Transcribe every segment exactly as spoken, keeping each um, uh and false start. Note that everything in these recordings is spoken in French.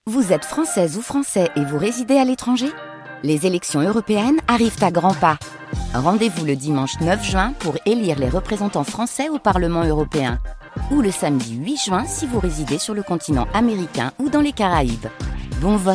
Vous êtes française ou français et vous résidez à l'étranger ? Les élections européennes arrivent à grands pas. Rendez-vous le dimanche neuf juin pour élire les représentants français au Parlement européen. Ou le samedi huit juin si vous résidez sur le continent américain ou dans les Caraïbes. Bon vote!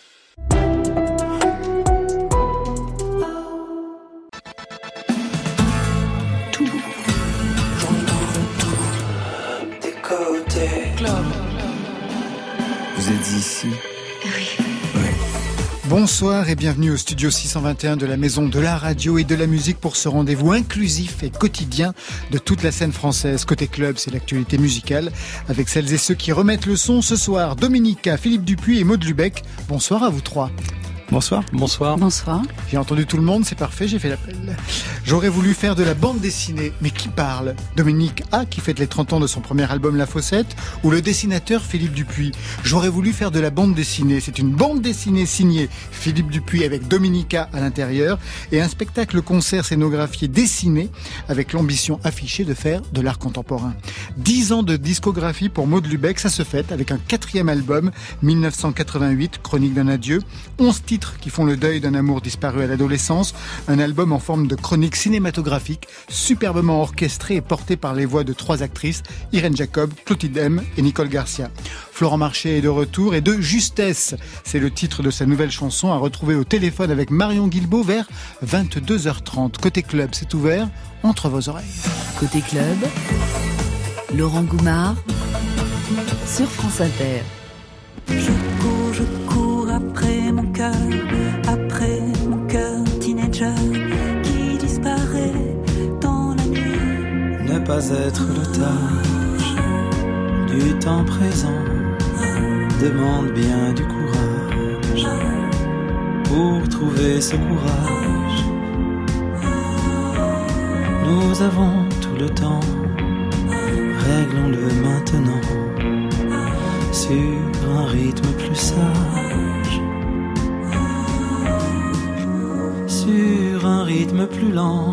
Vous êtes ici ? Oui. Oui. Bonsoir et bienvenue au studio six cent vingt et un de la Maison de la Radio et de la Musique pour ce rendez-vous inclusif et quotidien de toute la scène française. Côté club, c'est l'actualité musicale avec celles et ceux qui remettent le son ce soir. Dominica, Philippe Dupuis et Maud Lubeck. Bonsoir à vous trois. Bonsoir. Bonsoir. Bonsoir. J'ai entendu tout le monde, c'est parfait, j'ai fait l'appel. J'aurais voulu faire de la bande dessinée, mais qui parle ? Dominique A, qui fête les trente ans de son premier album La Fossette, ou le dessinateur Philippe Dupuis ? J'aurais voulu faire de la bande dessinée. C'est une bande dessinée signée Philippe Dupuis avec Dominica à l'intérieur et un spectacle-concert scénographié dessiné avec l'ambition affichée de faire de l'art contemporain. Dix ans de discographie pour Maud Lubeck, ça se fête avec un quatrième album, dix-neuf cent quatre-vingt-huit, Chronique d'un adieu, onze titres qui font le deuil d'un amour disparu à l'adolescence, un album en forme de chronique cinématographique, superbement orchestré et porté par les voix de trois actrices, Irène Jacob, Clotilde M et Nicole Garcia. Florent Marché est de retour et de justesse. C'est le titre de sa nouvelle chanson à retrouver au téléphone avec Marion Guilbault vers vingt-deux heures trente. Côté club, c'est ouvert entre vos oreilles. Côté club, Laurent Goumard sur France Inter. Je cours, je cours après mon cœur, après mon cœur teenager qui disparaît dans la nuit. Ne pas être l'otage du temps présent demande bien du courage pour trouver ce courage. Nous avons tout le temps, réglons-le maintenant sur un rythme plus sage, sur un rythme plus lent.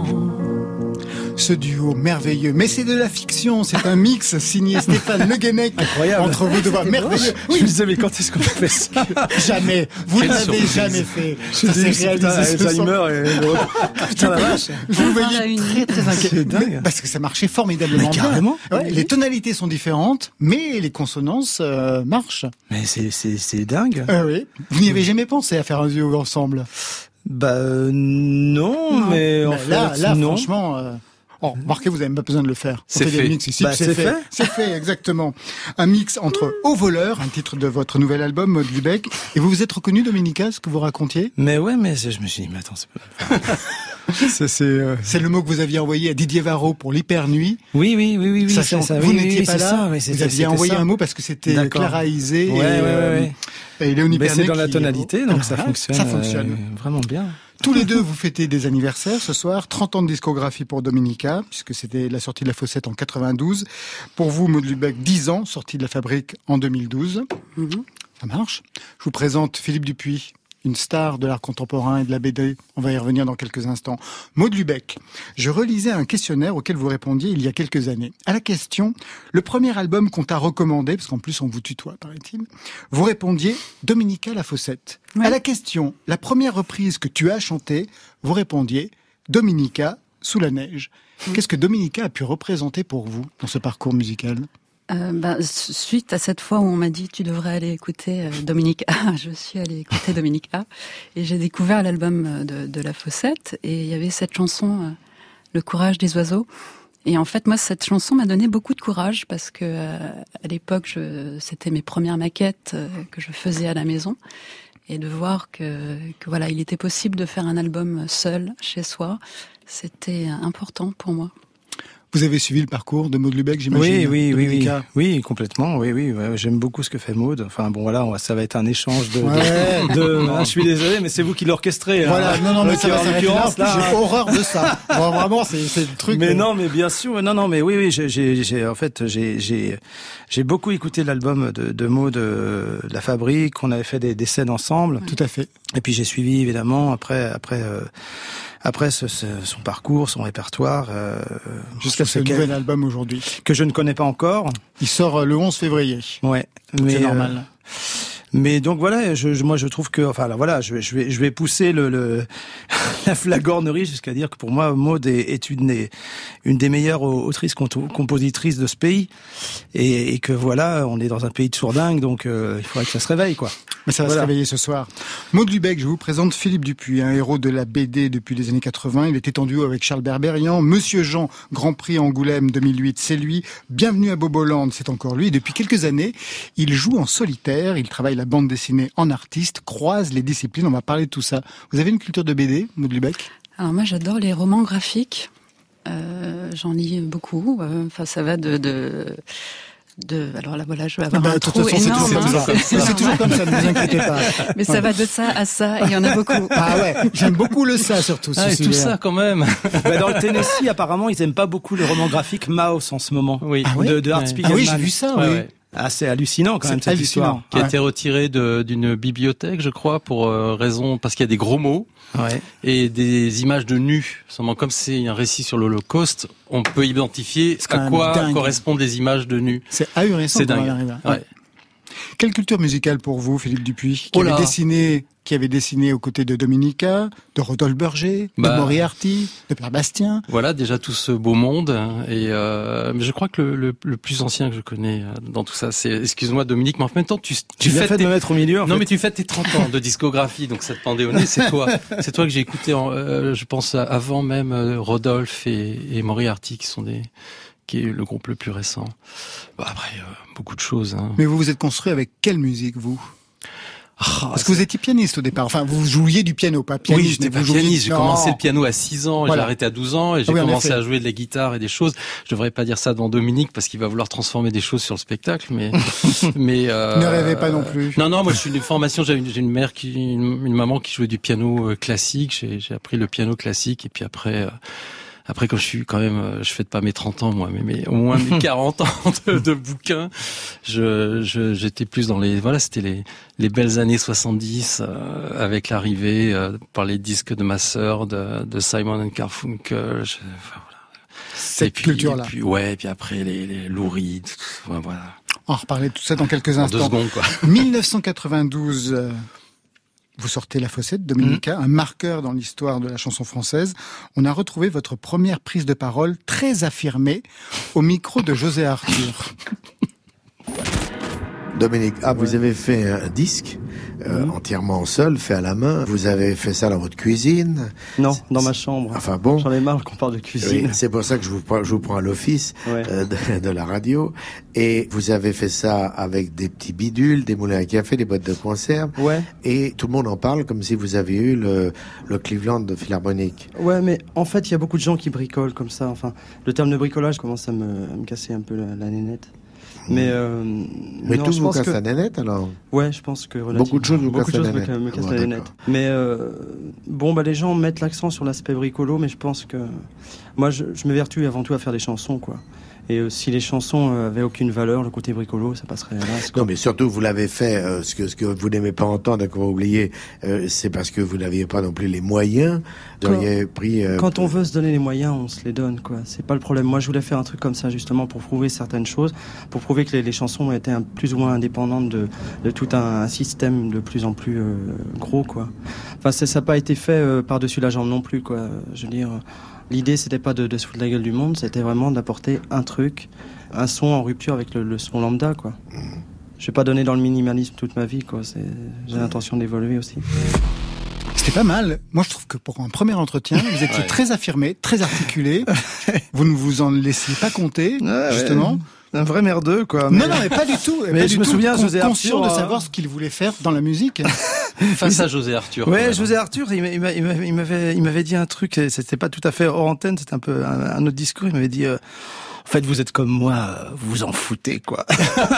Ce duo merveilleux, mais c'est de la fiction, c'est un mix signé Stéphane Le Guenec. Incroyable. Entre vous deux, merveilleux. Oui. Je me disais, mais quand est-ce qu'on fait ça ? Jamais. Vous ne l'avez jamais fait. Ça s'est réalisé Alzheimer et... Putain la vache. Je vous voyais très très inquiet. C'est dingue. Parce que ça marchait formidablement mais carrément. bien. Ouais, les tonalités sont différentes, mais les consonances euh, marchent. Mais c'est, c'est, c'est dingue. Euh, oui. Vous n'y avez jamais pensé à faire un duo ensemble ? Bah euh, non, non, mais en bah, fait, là, là non. franchement... Euh... Oh, remarquez, vous n'avez même pas besoin de le faire. On c'est fait, fait. Des mix ici, bah, c'est, c'est fait. fait. C'est fait, exactement. Un mix entre Au voleur, un titre de votre nouvel album, Maud Lubeck. Et vous vous êtes reconnu, Dominica, ce que vous racontiez ? Mais ouais, mais je me suis dit, mais attends, c'est pas... c'est, c'est, euh... c'est le mot que vous aviez envoyé à Didier Varro pour l'hyper-nuit. Oui, oui, oui, oui, oui. Ça, c'est ça. Vous oui, n'étiez oui, pas c'est là. Ça, oui, vous aviez envoyé ça. un mot parce que c'était D'accord. Clara Isé. Ouais, et, ouais, euh, ouais, ouais. et Léon Mais c'est dans la qui... tonalité, donc ça ah, fonctionne. Ça fonctionne. Euh, vraiment bien. Tous les deux, vous fêtez des anniversaires ce soir. trente ans de discographie pour Dominica, puisque c'était la sortie de La Fossette en quatre-vingt-douze. Pour vous, Maud Lubeck, dix ans, sortie de la Fabrique en deux mille douze. Mm-hmm. Ça marche. Je vous présente Philippe Dupuis, une star de l'art contemporain et de la B D. On va y revenir dans quelques instants. Maud Lubeck, je relisais un questionnaire auquel vous répondiez il y a quelques années. À la question, le premier album qu'on t'a recommandé, parce qu'en plus on vous tutoie, paraît-il, vous répondiez Dominica La Fossette. Ouais. À la question, la première reprise que tu as chantée, vous répondiez Dominica Sous la neige. Mmh. Qu'est-ce que Dominica a pu représenter pour vous dans ce parcours musical ? Euh, bah, suite à cette fois où on m'a dit tu devrais aller écouter euh, Dominique A, je suis allée écouter Dominique A et j'ai découvert l'album de, de La Fossette et il y avait cette chanson euh, Le courage des oiseaux et en fait moi cette chanson m'a donné beaucoup de courage parce que euh, à l'époque je, c'était mes premières maquettes euh, que je faisais à la maison et de voir que, que voilà il était possible de faire un album seul chez soi, c'était important pour moi. Vous avez suivi le parcours de Maud Lubeck, j'imagine. Oui, oui, oui, oui, oui, complètement. Oui, oui, ouais, j'aime beaucoup ce que fait Maud. Enfin bon, voilà, ça va être un échange de. Ouais. de, de ah, je suis désolé, mais c'est vous qui l'orchestrez. Voilà, hein. non, non, mais ça va s'arrêter là. là. J'ai horreur de ça. Bon, vraiment, c'est, c'est le truc. Mais euh... non, mais bien sûr, non, non, mais oui, oui, j'ai, j'ai, j'ai en fait, j'ai, j'ai, j'ai beaucoup écouté l'album de, de Maud, de La Fabrique. On avait fait des, des scènes ensemble. Tout à fait. Et puis j'ai suivi évidemment après, après. Euh, Après ce, ce, son parcours, son répertoire, euh, jusqu'à ce nouvel album aujourd'hui que je ne connais pas encore. Il sort le onze février. Ouais, mais c'est normal. Euh, Mais donc voilà, je, je, moi je trouve que, enfin là, voilà, je, je vais, je vais pousser le, le la flagornerie jusqu'à dire que pour moi, Maud est, est une des, une des meilleures autrices compositrices de ce pays, et, et que voilà, on est dans un pays de sourdingues, donc euh, il faudrait que ça se réveille, quoi. Mais ça va voilà. se réveiller ce soir. Maud Lübeck, je vous présente Philippe Dupuis, un héros de la B D depuis les années quatre-vingts. Il était en duo avec Charles Berberian. Monsieur Jean, Grand Prix Angoulême deux mille huit, c'est lui. Bienvenue à Boboland, c'est encore lui. Et depuis quelques années, il joue en solitaire, il travaille la bande dessinée en artiste, croise les disciplines. On va parler de tout ça. Vous avez une culture de B D, Maud Lübeck ? Alors moi, j'adore les romans graphiques. Euh, j'en lis beaucoup. Enfin, ça va de... de... De, alors là, voilà, je vais avoir bah, un trou façon, énorme. C'est toujours, hein. c'est, c'est toujours comme ça, ne vous inquiétez pas. Mais ça ouais. va de ça à ça, et il y en a beaucoup. Ah ouais, j'aime beaucoup le ça, surtout. Ah, et tout ça, quand même. Bah, dans le Tennessee, apparemment, ils aiment pas beaucoup les romans graphiques Mouse en ce moment. Oui. Ah ouais de, de Art ouais. Spiegelman. Ah oui, j'ai vu ça, ouais, oui. Ouais. Ah, c'est hallucinant quand même, c'est cette histoire. Qui a ouais. été retiré de, d'une bibliothèque, je crois, pour euh, raison, parce qu'il y a des gros mots. Ouais. Et des images de nus. Seulement, comme c'est un récit sur l'Holocauste, on peut identifier à quoi dingue. correspondent les images de nus. C'est ahurissant. C'est dingue. Ouais. Ouais. Quelle culture musicale pour vous, Philippe Dupuis, qui oh avait dessiné, qui avait dessiné aux côtés de Dominica, de Rodolphe Berger, bah, de Moriarty, de Pierre Bastien. Voilà, déjà tout ce beau monde. Et euh, mais je crois que le, le, le plus ancien que je connais dans tout ça, c'est, excuse-moi Dominique, mais en même temps, tu, tu, tu fais fait tes... de me mettre au milieu. En non, fait. mais tu fais tes trente ans de discographie, donc ça te pendait au nez. C'est toi, c'est toi que j'ai écouté, en, euh, je pense avant même euh, Rodolphe et, et Moriarty, qui sont des qui est le groupe le plus récent. Bah après, euh, beaucoup de choses. Hein. Mais vous vous êtes construit avec quelle musique, vous ? Oh, Parce que vous étiez pianiste au départ. Enfin, vous jouiez du piano, pas pianiste. Oui, j'étais pas jouiez... pianiste. J'ai non. commencé le piano à six ans, et voilà. j'ai arrêté à douze ans, et j'ai ah oui, commencé à jouer de la guitare et des choses. Je devrais pas dire ça devant Dominique, parce qu'il va vouloir transformer des choses sur le spectacle, mais, mais, euh... ne rêvez pas non plus. Non, non, moi, je suis une formation, j'ai une, j'ai une mère qui, une, une maman qui jouait du piano classique. J'ai, j'ai appris le piano classique, et puis après, euh... Après, quand je suis quand même, je fête pas mes trente ans, moi, mais, mais au moins mes quarante ans de, de bouquins, je, je, j'étais plus dans les, voilà, c'était les, les belles années soixante-dix, euh, avec l'arrivée, euh, par les disques de ma sœur, de, de Simon and Garfunkel, je, enfin, voilà. Cette et puis, culture-là. Et puis, ouais, et puis après, les, les Lou Reed, voilà. On va reparler de tout ça dans quelques instants. En deux secondes, quoi. dix-neuf cent quatre-vingt-douze, euh... vous sortez La Fossette, Dominica, mmh. un marqueur dans l'histoire de la chanson française. On a retrouvé votre première prise de parole très affirmée au micro de José Arthur. Dominique, ah, ouais. vous avez fait un disque euh, mmh. entièrement seul, fait à la main. Vous avez fait ça dans votre cuisine? Non, dans ma chambre. Enfin bon. J'en ai marre qu'on parle de cuisine. Oui, c'est pour ça que je vous prends, je vous prends à l'office ouais. euh, de, de la radio. Et vous avez fait ça avec des petits bidules, des moulins à café, des boîtes de conserve. Ouais. Et tout le monde en parle comme si vous aviez eu le, le Cleveland de Philharmonique. Ouais, mais en fait, il y a beaucoup de gens qui bricolent comme ça. Enfin, le terme de bricolage commence à me, à me casser un peu la, la nénette. Mais, euh, mais non, tout je vous pense casse que... la nénette alors? Ouais, je pense que beaucoup de choses vous beaucoup cassent de la choses nénette. me, me cassent bon, la nénette. Mais euh, bon, bah les gens mettent l'accent sur l'aspect bricolo, mais je pense que moi, je, je m'évertue avant tout à faire des chansons, quoi. Et euh, si les chansons euh, avaient aucune valeur, le côté bricolo, ça passerait là. Non, mais surtout, vous l'avez fait, euh, ce que ce que vous n'aimez pas entendre et qu'on va oublier, euh, c'est parce que vous n'aviez pas non plus les moyens. Vous auriez pris. Euh, quand on veut se donner les moyens, on se les donne, quoi. C'est pas le problème. Moi, je voulais faire un truc comme ça justement pour prouver certaines choses, pour prouver que les, les chansons étaient un, plus ou moins indépendantes de, de tout un, un système de plus en plus euh, gros, quoi. Enfin, ça n'a pas été fait euh, par-dessus la jambe non plus, quoi. Je veux dire. L'idée, c'était pas de, de se foutre la gueule du monde, c'était vraiment d'apporter un truc, un son en rupture avec le, le son lambda, quoi. Mmh. Je vais pas donner dans le minimalisme toute ma vie, quoi. C'est, j'ai mmh. l'intention d'évoluer aussi. C'était pas mal. Moi, je trouve que pour un premier entretien, vous étiez ouais. très affirmé, très articulé. Vous ne vous en laissiez pas compter, ouais, justement. Ouais. Un vrai merdeux, quoi. Mais... Non, non, mais pas du tout. Mais pas je du me tout souviens, con- José conscient Arthur, de savoir ce qu'il voulait faire dans la musique. Face à José Arthur. Ouais, José Arthur, il m'avait, il m'avait, il m'avait dit un truc. C'était pas tout à fait hors antenne. C'était un peu un, un autre discours. Il m'avait dit. Euh, En fait, vous êtes comme moi, vous vous en foutez, quoi.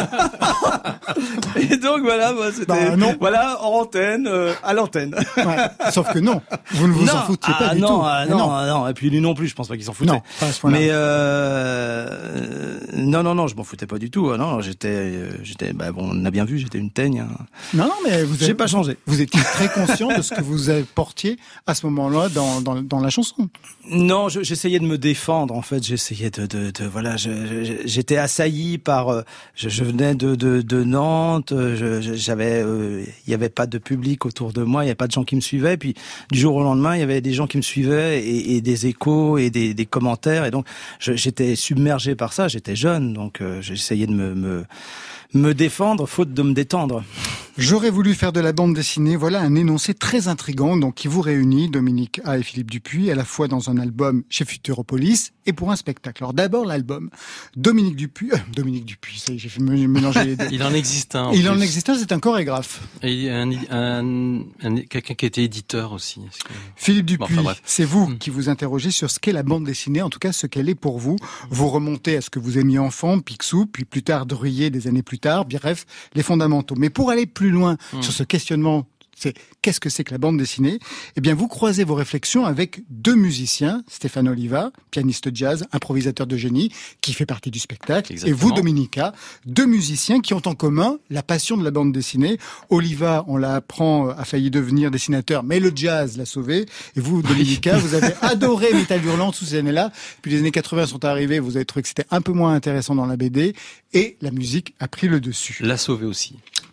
Et donc, voilà, moi, c'était, bah, non. voilà, en antenne, euh, à l'antenne. Ouais, sauf que non, vous ne vous non, en foutiez ah, pas du non, tout. Ah, non, non, ah, non, et puis lui non plus, je pense pas qu'il s'en foutait. Non, pas à ce point-là. Mais, euh, non, non, non, je m'en foutais pas du tout. Non, j'étais, j'étais, bah, bon, on a bien vu, j'étais une teigne. Hein. Non, non, mais vous J'ai avez, pas changé. Vous étiez très conscient de ce que vous apportiez à ce moment-là dans, dans, dans la chanson. Non, je, j'essayais de me défendre, en fait, j'essayais de, de, de voilà, je, je, j'étais assailli par, euh, je, je venais de, de, de Nantes, je, je, j'avais, il euh, y avait pas de public autour de moi, il y avait pas de gens qui me suivaient, puis du jour au lendemain, il y avait des gens qui me suivaient et, et des échos et des, des commentaires, et donc je, j'étais submergé par ça. J'étais jeune, donc euh, j'essayais de me, me me défendre, faute de me détendre. J'aurais voulu faire de la bande dessinée. Voilà un énoncé très intrigant, donc qui vous réunit, Dominique A et Philippe Dupuis, à la fois dans un album chez Futuropolis et pour un spectacle. Alors d'abord l'album. Dominique Dupuis, euh, Dominique Dupuis, ça y est, j'ai fait mélanger les deux. Il en existe un. En Il plus. en existe un, c'est un chorégraphe. Et il y a un, un, un, quelqu'un qui était éditeur aussi. Philippe Dupuis, bon, enfin, c'est vous mmh. qui vous interrogez sur ce qu'est la bande dessinée, en tout cas ce qu'elle est pour vous. Vous remontez à ce que vous aimiez enfant, Picsou, puis plus tard Druillet des années plus tard, bref, les fondamentaux. Mais pour aller plus loin mmh. sur ce questionnement, c'est qu'est-ce que c'est que la bande dessinée? Eh bien, vous croisez vos réflexions avec deux musiciens, Stéphane Oliva, pianiste jazz, improvisateur de génie, qui fait partie du spectacle, Exactement. Et vous, Dominica, deux musiciens qui ont en commun la passion de la bande dessinée. Oliva, on l'apprend, a failli devenir dessinateur, mais le jazz l'a sauvé. Et vous, Dominica, oui. vous avez adoré Métal Hurlant sous ces années-là. Puis les années quatre-vingts sont arrivées, vous avez trouvé que c'était un peu moins intéressant dans la B D, et la musique a pris le dessus. L'a sauvé aussi.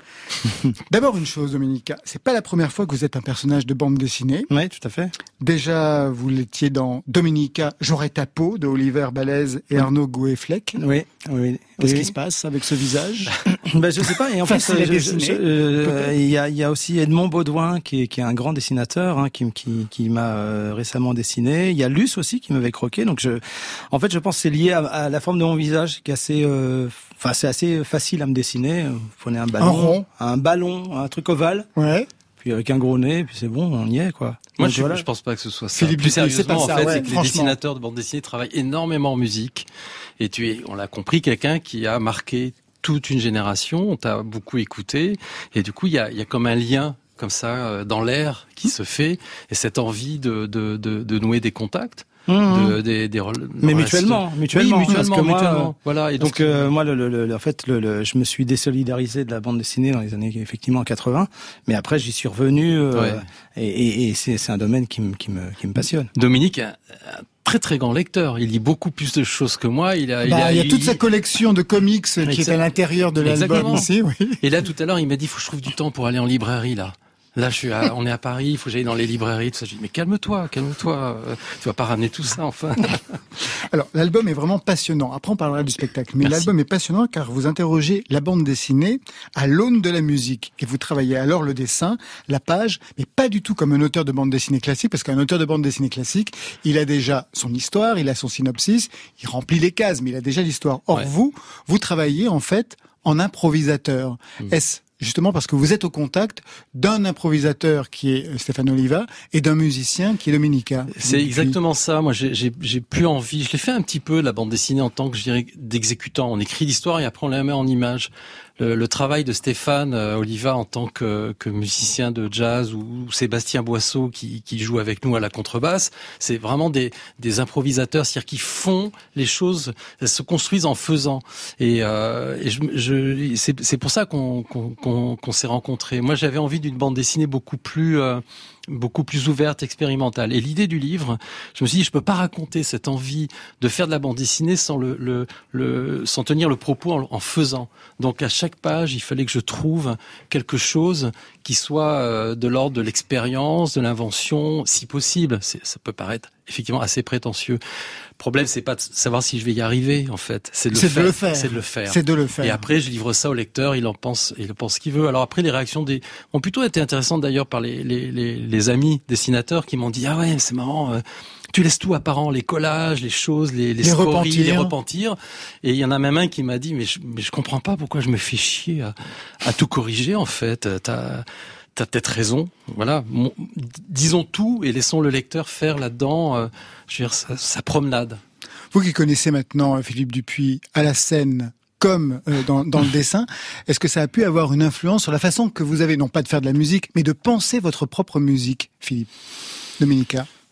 D'abord une chose, Dominica, c'est pas la première fois que vous êtes un personnage de bande dessinée. Oui, tout à fait. Déjà, vous l'étiez dans Dominica, J'aurais ta peau de Oliver Balèze et Arnaud Gouet-Fleck. Oui, oui. Qu'est-ce oui. qui se passe avec ce visage? Ben je sais pas. Et en fait, il euh, euh, y a il y a aussi Edmond Baudouin qui est qui est un grand dessinateur, hein, qui qui qui m'a euh, récemment dessiné. Il y a Luce aussi qui m'avait croqué. Donc je, en fait, je pense que c'est lié à, à la forme de mon visage qui est assez, euh, enfin c'est assez facile à me dessiner. Vous prenez un ballon, un rond, un ballon, un truc ovale. Ouais. Puis avec un gros nez, puis c'est bon, on y est quoi. Moi, Donc, je, voilà. je pense pas que ce soit ça. Philippe Plus Dupuis, sérieusement, c'est pas en ça, fait, ouais, c'est que les dessinateurs de bande dessinée travaillent énormément en musique. Et tu es, on l'a compris, quelqu'un qui a marqué toute une génération. On t'a beaucoup écouté. Et du coup, il y a, il y a comme un lien comme ça dans l'air qui se fait. Et cette envie de, de, de, de nouer des contacts. Mmh. De, des, des, mais mutuellement, mutuellement, oui, mutuellement, moi, mutuellement. Voilà. Et donc, euh, moi, le, le, le, en fait, le, le, je me suis désolidarisé de la bande dessinée dans les années effectivement quatre-vingts, mais après, j'y suis revenu, euh, ouais. et, et, et c'est, c'est un domaine qui me, qui me, qui me passionne. Dominique, un, un très très grand lecteur. Il lit beaucoup plus de choses que moi. Il a, bah, il a, il y a il, toute sa collection de comics qui exact. Est à l'intérieur de l'album ici. Oui. Et là, tout à l'heure, il m'a dit, faut que je trouve du temps pour aller en librairie là. Là, je suis à, on est à Paris, il faut que j'aille dans les librairies, tout ça. Je dis, mais calme-toi, calme-toi, euh, tu vas pas ramener tout ça, enfin. Alors, l'album est vraiment passionnant. Après, on parlera du spectacle. Mais Merci. L'album est passionnant car vous interrogez la bande dessinée à l'aune de la musique. Et vous travaillez alors le dessin, la page, mais pas du tout comme un auteur de bande dessinée classique, parce qu'un auteur de bande dessinée classique, il a déjà son histoire, il a son synopsis, il remplit les cases, mais il a déjà l'histoire. Or, ouais. vous, vous travaillez, en fait, en improvisateur. Mmh. Est-ce justement parce que vous êtes au contact d'un improvisateur qui est Stéphane Oliva et d'un musicien qui est Dominica. C'est exactement ça. Moi, j'ai, j'ai, j'ai plus envie. Je l'ai fait un petit peu, la bande dessinée, en tant que, je dirais, d'exécutant. On écrit l'histoire et après on la met en image. Le, le travail de Stéphane euh, Oliva en tant que, que musicien de jazz ou, ou Sébastien Boisseau qui, qui joue avec nous à la contrebasse, c'est vraiment des, des improvisateurs, c'est-à-dire qui font les choses, elles se construisent en faisant. Et, euh, et je, je, c'est, c'est pour ça qu'on, qu'on, qu'on, qu'on s'est rencontrés. Moi, j'avais envie d'une bande dessinée beaucoup plus... Euh, beaucoup plus ouverte, expérimentale. Et l'idée du livre, je me suis dit, je peux pas raconter cette envie de faire de la bande dessinée sans le, le, le sans tenir le propos en, en faisant. Donc à chaque page, il fallait que je trouve quelque chose qui soit euh, de l'ordre de l'expérience, de l'invention, si possible. C'est, ça peut paraître effectivement assez prétentieux. Le problème, c'est pas de savoir si je vais y arriver, en fait. C'est de, c'est le, de faire. le faire. C'est de le faire. C'est de le faire. Et après, je livre ça au lecteur, il en pense, il pense ce qu'il veut. Alors après, les réactions des, ont plutôt été intéressantes d'ailleurs par les, les, les, les amis dessinateurs qui m'ont dit, ah ouais, c'est marrant, euh, tu laisses tout apparent, les collages, les choses, les, les, les scories, repentir. les repentir. Et il y en a même un qui m'a dit, mais je, mais je comprends pas pourquoi je me fais chier à, à tout corriger, en fait. T'as, T'as peut-être raison, voilà. Mon, disons tout et laissons le lecteur faire là-dedans, euh, je veux dire, sa, sa promenade. Vous qui connaissez maintenant Philippe Dupuis à la scène comme euh, dans, dans le dessin, est-ce que ça a pu avoir une influence sur la façon que vous avez, non pas de faire de la musique, mais de penser votre propre musique, Philippe, Dominica?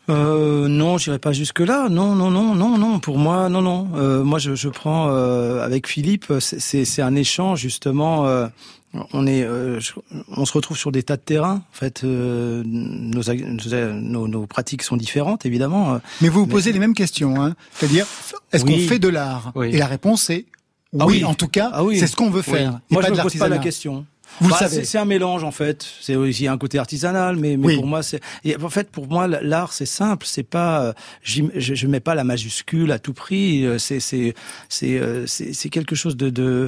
Euh, non, j'irai pas jusque là. Non, non, non, non, non. Pour moi, non, non. Euh, moi, je, je prends euh, avec Philippe. C'est, c'est, c'est un échange justement. Euh, on est, euh, je, on se retrouve sur des tas de terrains. En fait, euh, nos, nos, nos pratiques sont différentes, évidemment. Mais vous vous posez mais... les mêmes questions, hein. C'est-à-dire, est-ce oui. qu'on fait de l'art? Oui. Et la réponse est oui. Ah oui. En tout cas, ah oui. c'est ce qu'on veut faire. Oui. Moi, je ne me pose pas la question. Vous bah, le savez. C'est, c'est un mélange en fait. C'est aussi un côté artisanal, mais, mais oui. pour moi, c'est. Et en fait, pour moi, l'art, c'est simple. C'est pas. Je, je mets pas la majuscule à tout prix. C'est c'est c'est c'est, c'est quelque chose de de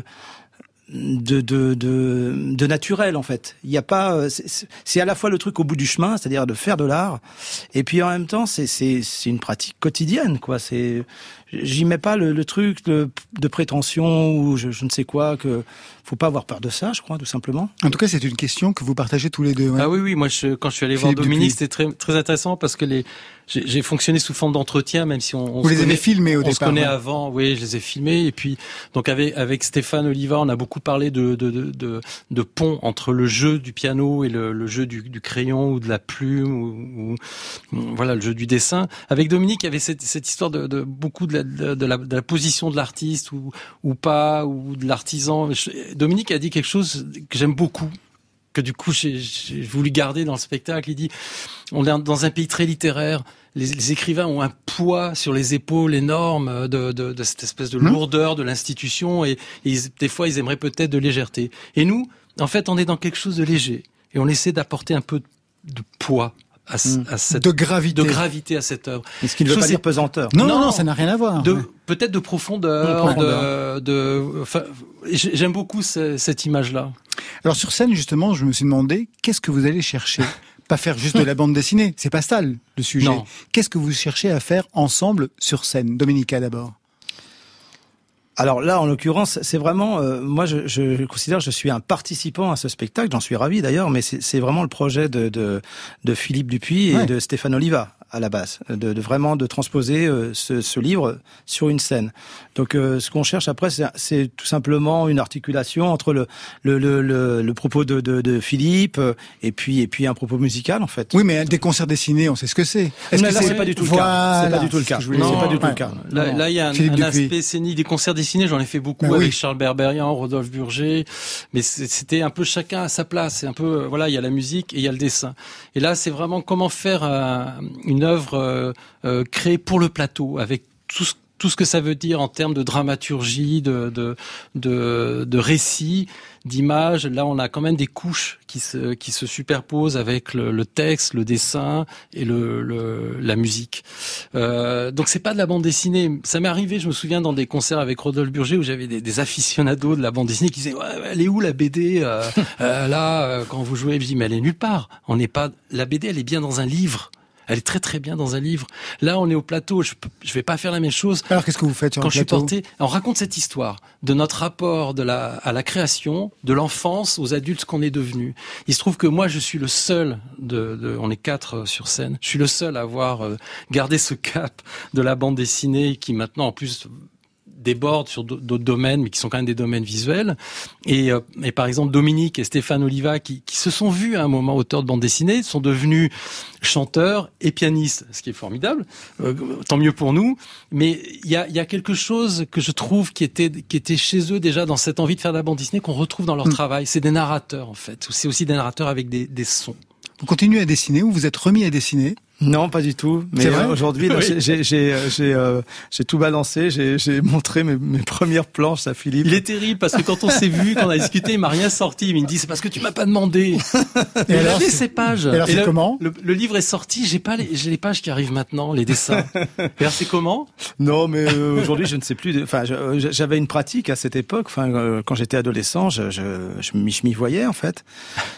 de de de, de naturel en fait. Il y a pas. C'est, c'est à la fois le truc au bout du chemin, c'est-à-dire de faire de l'art, et puis en même temps, c'est c'est c'est une pratique quotidienne quoi. C'est J'y mets pas le, le truc de, de prétention ou je, je ne sais quoi, que faut pas avoir peur de ça, je crois, tout simplement. En tout cas, c'est une question que vous partagez tous les deux. Ouais. Ah oui, oui, moi, je, quand je suis allé Philippe voir Dominique, c'était très, très intéressant parce que les, j'ai, j'ai fonctionné sous forme d'entretien, même si on, on vous se les avez filmés au on départ. On se connaît ouais. avant, oui, je les ai filmés et puis donc avec avec Stéphane Oliva, on a beaucoup parlé de de de de, de pont entre le jeu du piano et le, le jeu du, du crayon ou de la plume ou, ou voilà le jeu du dessin. Avec Dominique, il y avait cette, cette histoire de, de beaucoup de la de, de la de la position de l'artiste ou ou pas ou de l'artisan. Dominique a dit quelque chose que j'aime beaucoup, que du coup j'ai, j'ai voulu garder dans le spectacle. Il dit on est dans un pays très littéraire. Les, les écrivains ont un poids sur les épaules énorme de, de, de cette espèce de lourdeur de l'institution et, et ils, des fois ils aimeraient peut-être de légèreté. Et nous, en fait, on est dans quelque chose de léger et on essaie d'apporter un peu de poids. À, à cette, de gravité, de gravité à cette œuvre. Ce qui ne veut pas dire pesanteur. Non, non, non, ça n'a rien à voir. De, ouais. Peut-être de profondeur, de, profondeur. de, de enfin, j'aime beaucoup ce, cette image-là. Alors sur scène, justement, je me suis demandé, qu'est-ce que vous allez chercher? Pas faire juste de la bande dessinée, c'est pas ça le sujet. Non. Qu'est-ce que vous cherchez à faire ensemble sur scène? Dominica d'abord. Alors là, en l'occurrence, c'est vraiment, euh, moi, je, je considère que je suis un participant à ce spectacle. J'en suis ravi d'ailleurs, mais c'est, c'est vraiment le projet de, de, de Philippe Dupuis et ouais. de Stéphane Oliva à la base, de, de vraiment de transposer euh, ce, ce livre sur une scène. Donc, euh, ce qu'on cherche après, c'est, c'est tout simplement une articulation entre le le le, le, le propos de, de, de Philippe euh, et puis et puis un propos musical en fait. Oui, mais des concerts dessinés, on sait ce que c'est. Est-ce que là, c'est, c'est pas du tout le voilà. cas. C'est pas du tout le cas. Non, c'est pas du tout ouais. le cas. Là, là, il y a un, un aspect scénique des concerts dessinés. J'en ai fait beaucoup bah, avec oui. Charles Berberian, Rodolphe Burger, mais c'était un peu chacun à sa place. C'est un peu voilà, il y a la musique et il y a le dessin. Et là, c'est vraiment comment faire euh, une œuvre euh, euh, créée pour le plateau avec tout ce tout ce que ça veut dire en termes de dramaturgie, de de de, de récit, d'images. Là, on a quand même des couches qui se qui se superposent avec le, le texte, le dessin et le, le la musique. Euh, donc c'est pas de la bande dessinée. Ça m'est arrivé, je me souviens, dans des concerts avec Rodolphe Burger où j'avais des, des aficionados de la bande dessinée qui disaient ouais, elle est où la B D euh, euh, là euh, quand vous jouez? Je dis mais elle est nulle part. On n'est pas la B D, elle est bien dans un livre. Elle est très très bien dans un livre. Là, on est au plateau. Je je vais pas faire la même chose. Alors, qu'est-ce que vous faites sur quand le plateau? Je suis porté, on raconte cette histoire de notre rapport de la à la création, de l'enfance aux adultes qu'on est devenus. Il se trouve que moi, je suis le seul de, de on est quatre sur scène. Je suis le seul à avoir gardé ce cap de la bande dessinée qui maintenant, en plus, débordent sur d'autres domaines, mais qui sont quand même des domaines visuels. Et, euh, et par exemple, Dominique et Stéphane Oliva, qui, qui se sont vus à un moment auteurs de bande dessinée, sont devenus chanteurs et pianistes, ce qui est formidable. Euh, tant mieux pour nous. Mais il y a, y a quelque chose que je trouve qui était, qui était chez eux déjà dans cette envie de faire de la bande dessinée qu'on retrouve dans leur mmh. travail. C'est des narrateurs, en fait. C'est aussi des narrateurs avec des, des sons. Vous continuez à dessiner ou vous êtes remis à dessiner? Non, pas du tout. Mais euh, aujourd'hui, là, oui. j'ai, j'ai, j'ai, euh, j'ai tout balancé. J'ai, j'ai montré mes, mes premières planches à Philippe. Il est terrible parce que quand on s'est vu, quand on a discuté, il m'a rien sorti. Il me dit c'est parce que tu m'as pas demandé. Et il avait ces pages. Et alors, et c'est le, comment le, le livre est sorti. J'ai pas les, j'ai les pages qui arrivent maintenant, les dessins. Et alors, c'est comment? Non, mais euh, aujourd'hui, je ne sais plus. Enfin, j'avais une pratique à cette époque. Enfin, euh, quand j'étais adolescent, je, je, je m'y, je m'y voyais en fait.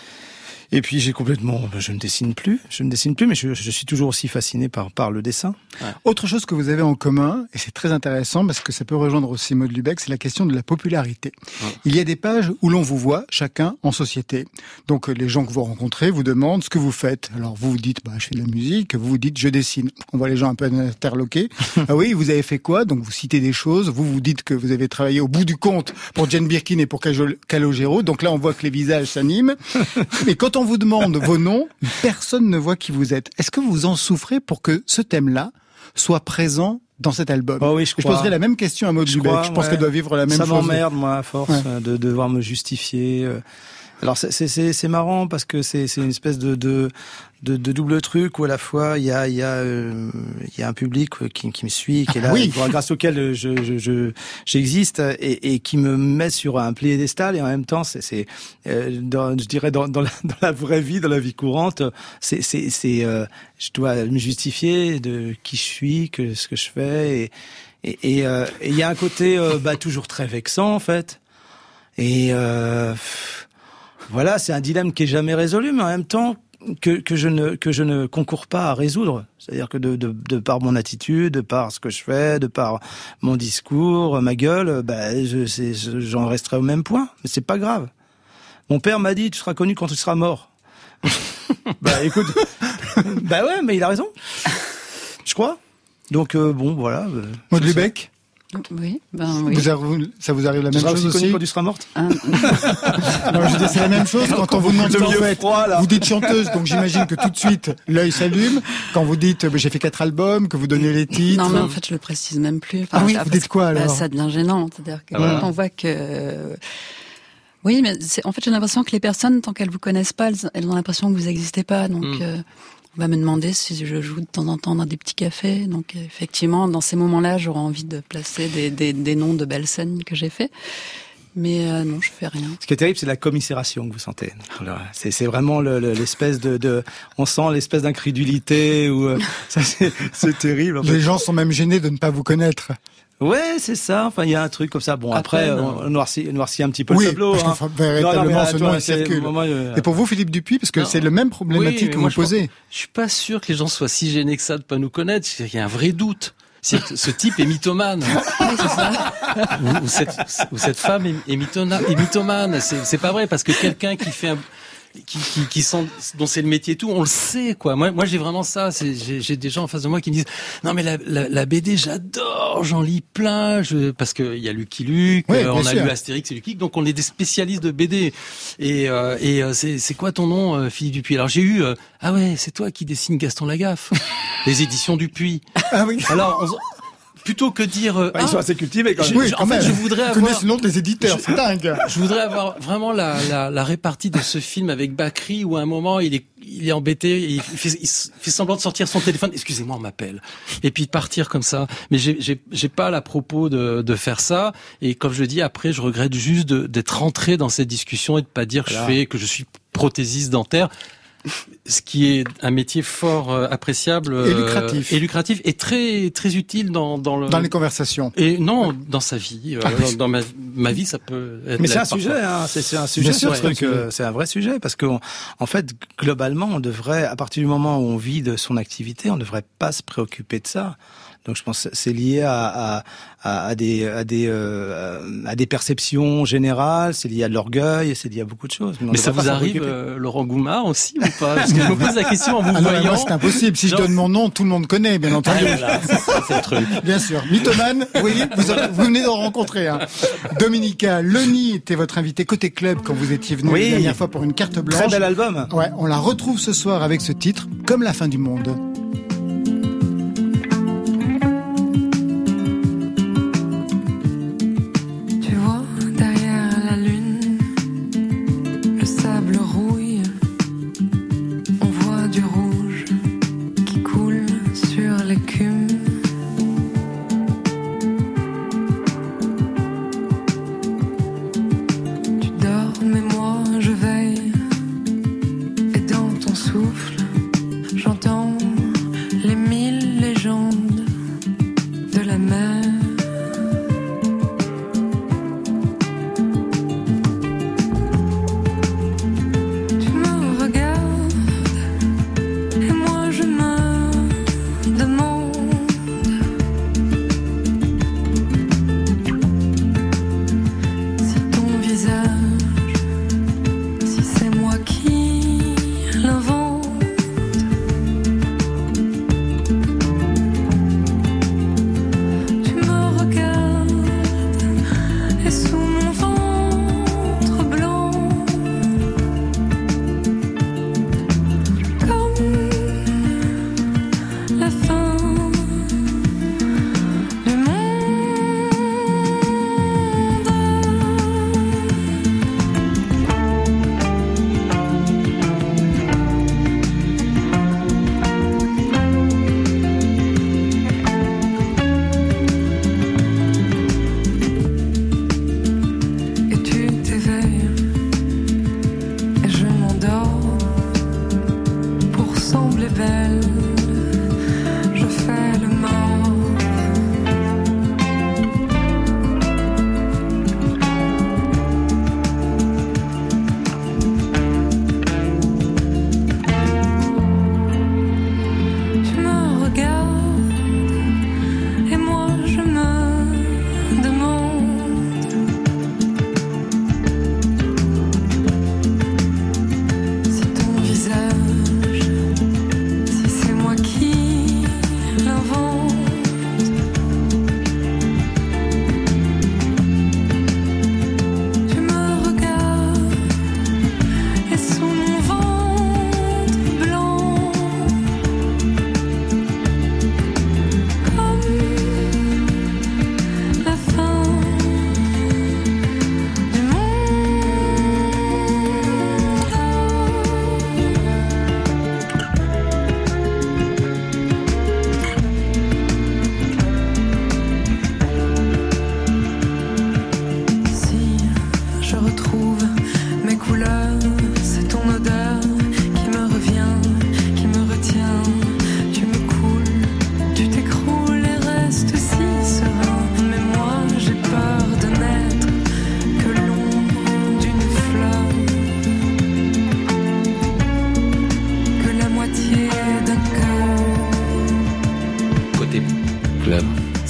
Et puis j'ai complètement, je ne dessine plus, je ne dessine plus, mais je, je suis toujours aussi fasciné par par le dessin. Ouais. Autre chose que vous avez en commun, et c'est très intéressant parce que ça peut rejoindre aussi Maud Lubeck, c'est la question de la popularité. Ouais. Il y a des pages où l'on vous voit chacun en société. Donc les gens que vous rencontrez vous demandent ce que vous faites. Alors vous vous dites, bah je fais de la musique, vous vous dites je dessine. On voit les gens un peu interloqués. Ah oui, vous avez fait quoi? Donc vous citez des choses. Vous vous dites que vous avez travaillé au bout du compte pour Jane Birkin et pour Calogero. Donc là on voit que les visages s'animent. Mais quand on vous demande vos noms, personne ne voit qui vous êtes. Est-ce que vous en souffrez pour que ce thème-là soit présent dans cet album? Oh oui, je, je poserai la même question à Maud Lubeck. Je pense ouais. qu'elle doit vivre la même ça chose. Ça m'emmerde, moi, à force ouais. de devoir me justifier. Alors c'est c'est c'est marrant parce que c'est c'est une espèce de de de, de double truc où à la fois il y a il y a euh, il y a un public qui qui me suit, qui est là, oui. grâce auquel je je je j'existe et et qui me met sur un piédestal, et en même temps c'est c'est euh, dans, je dirais dans dans la, dans la vraie vie, dans la vie courante, c'est c'est c'est euh, je dois me justifier de qui je suis, que ce que je fais, et et et il euh, y a un côté euh, bah toujours très vexant en fait, et euh, voilà, c'est un dilemme qui est jamais résolu, mais en même temps que que je ne que je ne concours pas à résoudre. C'est-à-dire que de de de par mon attitude, de par ce que je fais, de par mon discours, ma gueule, bah je c'est j'en resterai au même point, mais c'est pas grave. Mon père m'a dit tu seras connu quand tu seras mort. Bah écoute, bah ouais, mais il a raison. Je crois. Donc euh, bon, voilà. Euh, Maud Lubeck. Oui, ben oui. Vous arrive, ça vous arrive la même chose aussi, aussi quand tu seras morte. Ah. Non, je dis c'est la même chose quand, quand on vous demande ce que vous faites. Vous dites chanteuse, donc j'imagine que tout de suite l'œil s'allume. Quand vous dites bah, j'ai fait quatre albums, que vous donnez les titres. Non, mais en fait je le précise même plus. Enfin, ah oui, vous dites quoi alors? Bah, ça devient gênant, c'est-à-dire que ah, voilà. Quand on voit que oui, mais c'est... en fait j'ai l'impression que les personnes tant qu'elles vous connaissent pas, elles, elles ont l'impression que vous n'existez pas, donc. Mm. Euh... On va me demander si je joue de temps en temps dans des petits cafés. Donc effectivement, dans ces moments-là, j'aurais envie de placer des, des, des noms de belles scènes que j'ai fait. Mais euh, non, je fais rien. Ce qui est terrible, c'est la commisération que vous sentez. C'est, c'est vraiment le, le, l'espèce de, de, on sent l'espèce d'incrédulité ou euh, ça, c'est, c'est terrible. En fait. Les gens sont même gênés de ne pas vous connaître. Ouais, c'est ça. Enfin, il y a un truc comme ça. Bon, après, après on noircit, noircit un petit peu oui, le tableau. Oui, parce hein. que véritablement, ce nom, il circule. Moi, euh... Et pour vous, Philippe Dupuis, parce que non. c'est le même problématique oui, que vous posez. Je, je suis pas sûr que les gens soient si gênés que ça de pas nous connaître. Il y a un vrai doute. C'est que ce type est mythomane. Oui, c'est ça. Ou, ou, cette, ou cette femme est, est, mythona, est mythomane. C'est, c'est pas vrai parce que quelqu'un qui fait un qui, qui, qui sont, dont c'est le métier et tout, on le sait, quoi. Moi, moi, j'ai vraiment ça. C'est, j'ai, j'ai des gens en face de moi qui me disent, non, mais la, la, la B D, j'adore, j'en lis plein, je, parce que il y a Lucky Luke, oui, euh, on a sûr. lu Astérix et Lucky Luke, donc on est des spécialistes de B D. Et, euh, et euh, c'est, c'est quoi ton nom, euh, Philippe Dupuis? Alors j'ai eu, euh, ah ouais, c'est toi qui dessine Gaston Lagaffe, les éditions Dupuis. Ah oui. Alors, on, plutôt que dire euh, bah, ils ah, sont assez cultivés quand même. Je, oui, je, quand en même. fait, je voudrais avoir connaissent le nom des éditeurs, je, c'est dingue. Je voudrais avoir vraiment la, la, la répartie de ce film avec Bakri où à un moment il est il est embêté, il fait, il fait semblant de sortir son téléphone. Excusez-moi, on m'appelle. Et puis partir comme ça. Mais j'ai j'ai j'ai pas la propos de de faire ça. Et comme je le dis, après je regrette juste de, d'être rentré dans cette discussion et de pas dire que voilà. je fais que je suis prothésiste dentaire. Ce qui est un métier fort euh, appréciable et lucratif. Euh, et lucratif et très très utile dans dans le dans les conversations. Et non, dans sa vie, euh, ah, dans, dans ma ma vie, ça peut être. Mais c'est un parfois. sujet, hein, c'est c'est un sujet, sûr, ce truc, euh, c'est un vrai sujet parce que on, en fait, globalement, on devrait, à partir du moment où on vit de son activité, on ne devrait pas se préoccuper de ça. Donc je pense que c'est lié à, à, à des à des euh, à des perceptions générales, c'est lié à de l'orgueil, c'est lié à beaucoup de choses. Mais, Mais ça vous arrive, euh, Laurent Goumard aussi ou pas? Parce que je me pose la question en vous ah voyant. Non, moi, c'est impossible. Si Genre... je donne mon nom, tout le monde connaît, bien entendu. Ah, voilà, c'est, c'est le truc. Bien sûr. Mythomane, oui, vous, avez, vous venez d'en rencontrer. Hein. Dominica Leni était votre invité côté club quand vous étiez venu oui. la dernière fois pour une carte blanche. Très bel album. Ouais, on la retrouve ce soir avec ce titre, Comme la fin du monde. J'entends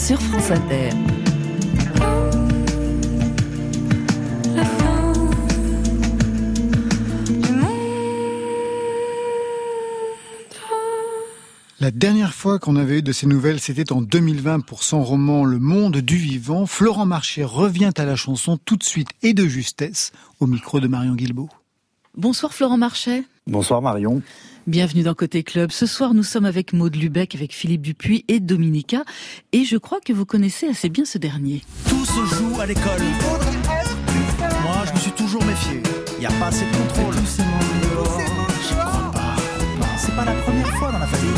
sur France Inter. La dernière fois qu'on avait eu de ces nouvelles, c'était en deux mille vingt pour son roman Le Monde du Vivant. Florent Marchais revient à la chanson tout de suite et de justesse au micro de Marion Guilbault. Bonsoir Florent Marchais. Bonsoir Marion. Bienvenue dans Côté Club. Ce soir, nous sommes avec Maud Lubeck, avec Philippe Dupuis et Dominica. Et je crois que vous connaissez assez bien ce dernier. Tout se joue à l'école. Moi, je me suis toujours méfié. Il n'y a pas assez de contrôle. Je crois pas. C'est pas la première fois dans la famille.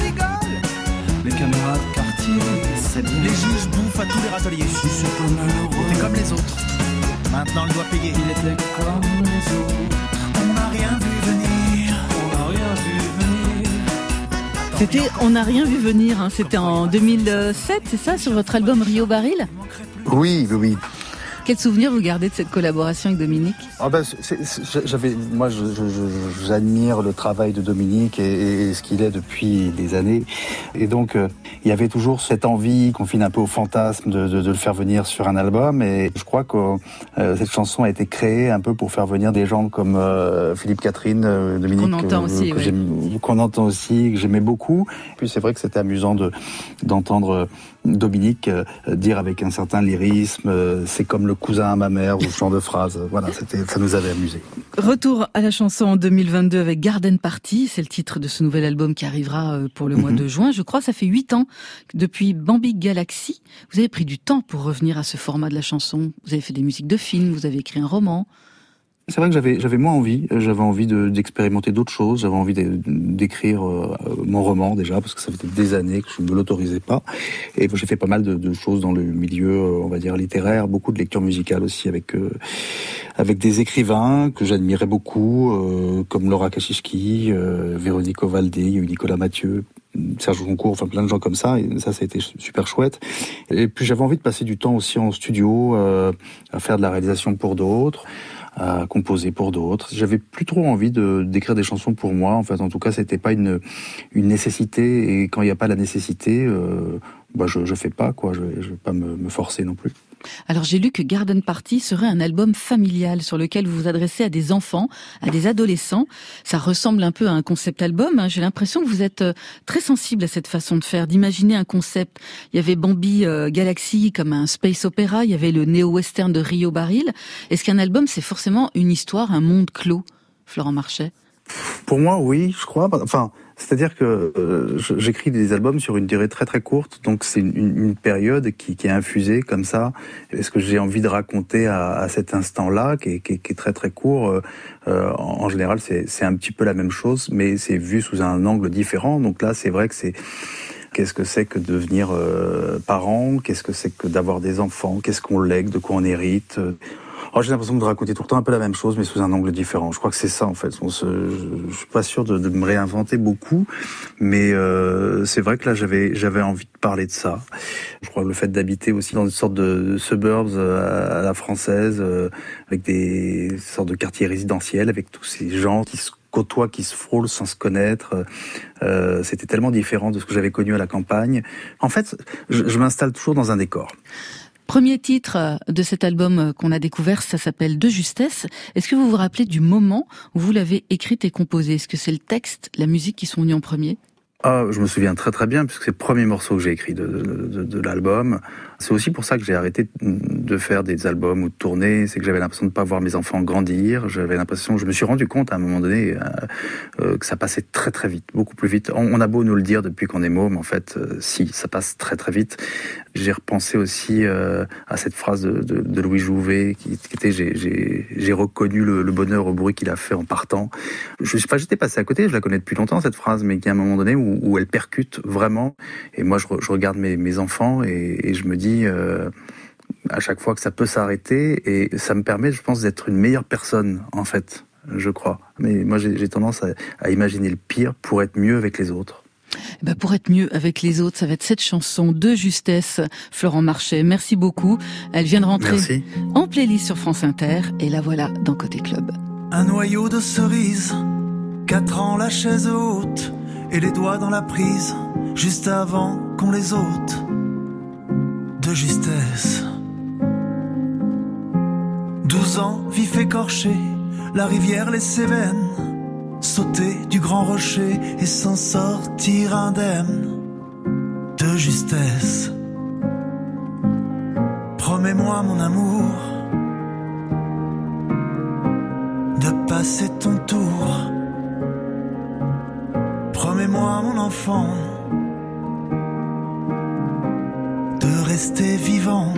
Les caméras de quartier, c'est bien. Les juges bouffent à tous les râteliers. Si c'est pas malheureux. T'es comme les autres. Maintenant, il doit payer. Il était comme les autres. On n'a rien vu venir. On n'a rien vu venir. C'était On n'a rien vu venir. Hein. C'était en deux mille sept, c'est ça, sur votre album Rio Baril ? Oui, oui, oui. Quel souvenir vous gardez de cette collaboration avec Dominique ? Ah ben, c'est, c'est, j'avais, moi, je, je, je, j'admire le travail de Dominique et, et ce qu'il est depuis des années. Et donc, euh, il y avait toujours cette envie qu'on file un peu au fantasme de, de, de le faire venir sur un album. Et je crois que euh, cette chanson a été créée un peu pour faire venir des gens comme euh, Philippe Catherine, euh, Dominique, qu'on entend euh, aussi, que oui. j'aime, qu'on entend aussi, que j'aimais beaucoup. Et puis c'est vrai que c'était amusant de d'entendre Dominique euh, dire avec un certain lyrisme, euh, c'est comme le cousin à ma mère, ou ce genre de phrase. Voilà, c'était, ça nous avait amusé. Retour à la chanson en deux mille vingt-deux avec Garden Party, c'est le titre de ce nouvel album qui arrivera pour le mm-hmm. mois de juin. Je crois que ça fait huit ans depuis Bambi Galaxy. Vous avez pris du temps pour revenir à ce format de la chanson. Vous avez fait des musiques de films, vous avez écrit un roman. C'est vrai que j'avais j'avais moins envie, j'avais envie de, d'expérimenter d'autres choses, j'avais envie de, d'écrire euh, mon roman déjà, parce que ça faisait des années que je ne me l'autorisais pas. Et j'ai fait pas mal de, de choses dans le milieu, euh, on va dire, littéraire, beaucoup de lectures musicales aussi avec euh, avec des écrivains que j'admirais beaucoup, euh, comme Laura Kachishki, euh, Véronique Ovaldé, il y a eu Nicolas Mathieu, Serge Goncourt, enfin plein de gens comme ça, et ça, ça a été super chouette. Et puis j'avais envie de passer du temps aussi en studio, euh, à faire de la réalisation pour d'autres, à composer pour d'autres. J'avais plus trop envie de d'écrire des chansons pour moi. En fait, en tout cas, c'était pas une une nécessité. Et quand il n'y a pas la nécessité, euh, bah je je fais pas quoi. Je je vais pas me, me forcer non plus. Alors j'ai lu que Garden Party serait un album familial sur lequel vous vous adressez à des enfants, à des adolescents. Ça ressemble un peu à un concept album. J'ai l'impression que vous êtes très sensible à cette façon de faire, d'imaginer un concept. Il y avait Bambi euh, Galaxy comme un space opéra, il y avait le néo-western de Rio Baril. Est-ce qu'un album, c'est forcément une histoire, un monde clos, Florent Marchais ? Pour moi, oui, je crois. Enfin, c'est-à-dire que euh, j'écris des albums sur une durée très très courte, donc c'est une, une période qui, qui est infusée comme ça. Et ce que j'ai envie de raconter à, à cet instant-là, qui est, qui, est, qui est très très court, euh, en, en général, c'est, c'est un petit peu la même chose, mais c'est vu sous un angle différent. Donc là, c'est vrai que c'est qu'est-ce que c'est que de devenir euh, parent, qu'est-ce que c'est que d'avoir des enfants, qu'est-ce qu'on lègue, de quoi on hérite. Alors, j'ai l'impression de raconter tout le temps un peu la même chose, mais sous un angle différent. Je crois que c'est ça, en fait. On se, je, je suis pas sûr de, de me réinventer beaucoup, mais euh, c'est vrai que là, j'avais, j'avais envie de parler de ça. Je crois que le fait d'habiter aussi dans une sorte de suburbs à, à la française, euh, avec des sortes de quartiers résidentiels, avec tous ces gens qui se côtoient, qui se frôlent sans se connaître. Euh, c'était tellement différent de ce que j'avais connu à la campagne. En fait, je, je m'installe toujours dans un décor. Premier titre de cet album qu'on a découvert, ça s'appelle De Justesse. Est-ce que vous vous rappelez du moment où vous l'avez écrite et composée ? Est-ce que c'est le texte, la musique qui sont venus en premier ? Ah, je me souviens très très bien, puisque c'est le premier morceau que j'ai écrit de, de, de, de l'album. C'est aussi pour ça que j'ai arrêté de faire des albums ou de tourner, c'est que j'avais l'impression de ne pas voir mes enfants grandir. J'avais l'impression, je me suis rendu compte à un moment donné euh, euh, que ça passait très très vite, beaucoup plus vite. On, on a beau nous le dire depuis qu'on est môme, en fait, euh, si, ça passe très très vite. J'ai repensé aussi euh, à cette phrase de, de, de Louis Jouvet, qui, qui était j'ai, j'ai, j'ai reconnu le, le bonheur au bruit qu'il a fait en partant. Je sais pas, j'étais passé à côté, je la connais depuis longtemps cette phrase, mais qu'il y a un moment donné où, où elle percute vraiment. Et moi, je, je regarde mes, mes enfants et, et je me dis euh, à chaque fois que ça peut s'arrêter, et ça me permet, je pense, d'être une meilleure personne, en fait, je crois. Mais moi, j'ai, j'ai tendance à, à imaginer le pire pour être mieux avec les autres. Eh ben pour être mieux avec les autres, ça va être cette chanson De Justesse, Florent Marchais. Merci beaucoup. Elle vient de rentrer Merci. en playlist sur France Inter, et la voilà dans Côté Club. Un noyau de cerise, quatre ans la chaise haute, et les doigts dans la prise, juste avant qu'on les ôte. de justesse. Douze ans, vif écorché, la rivière les Cévennes, sauter du grand rocher et s'en sortir indemne de justesse. Promets-moi mon amour de passer ton tour. Promets-moi mon enfant de rester vivant.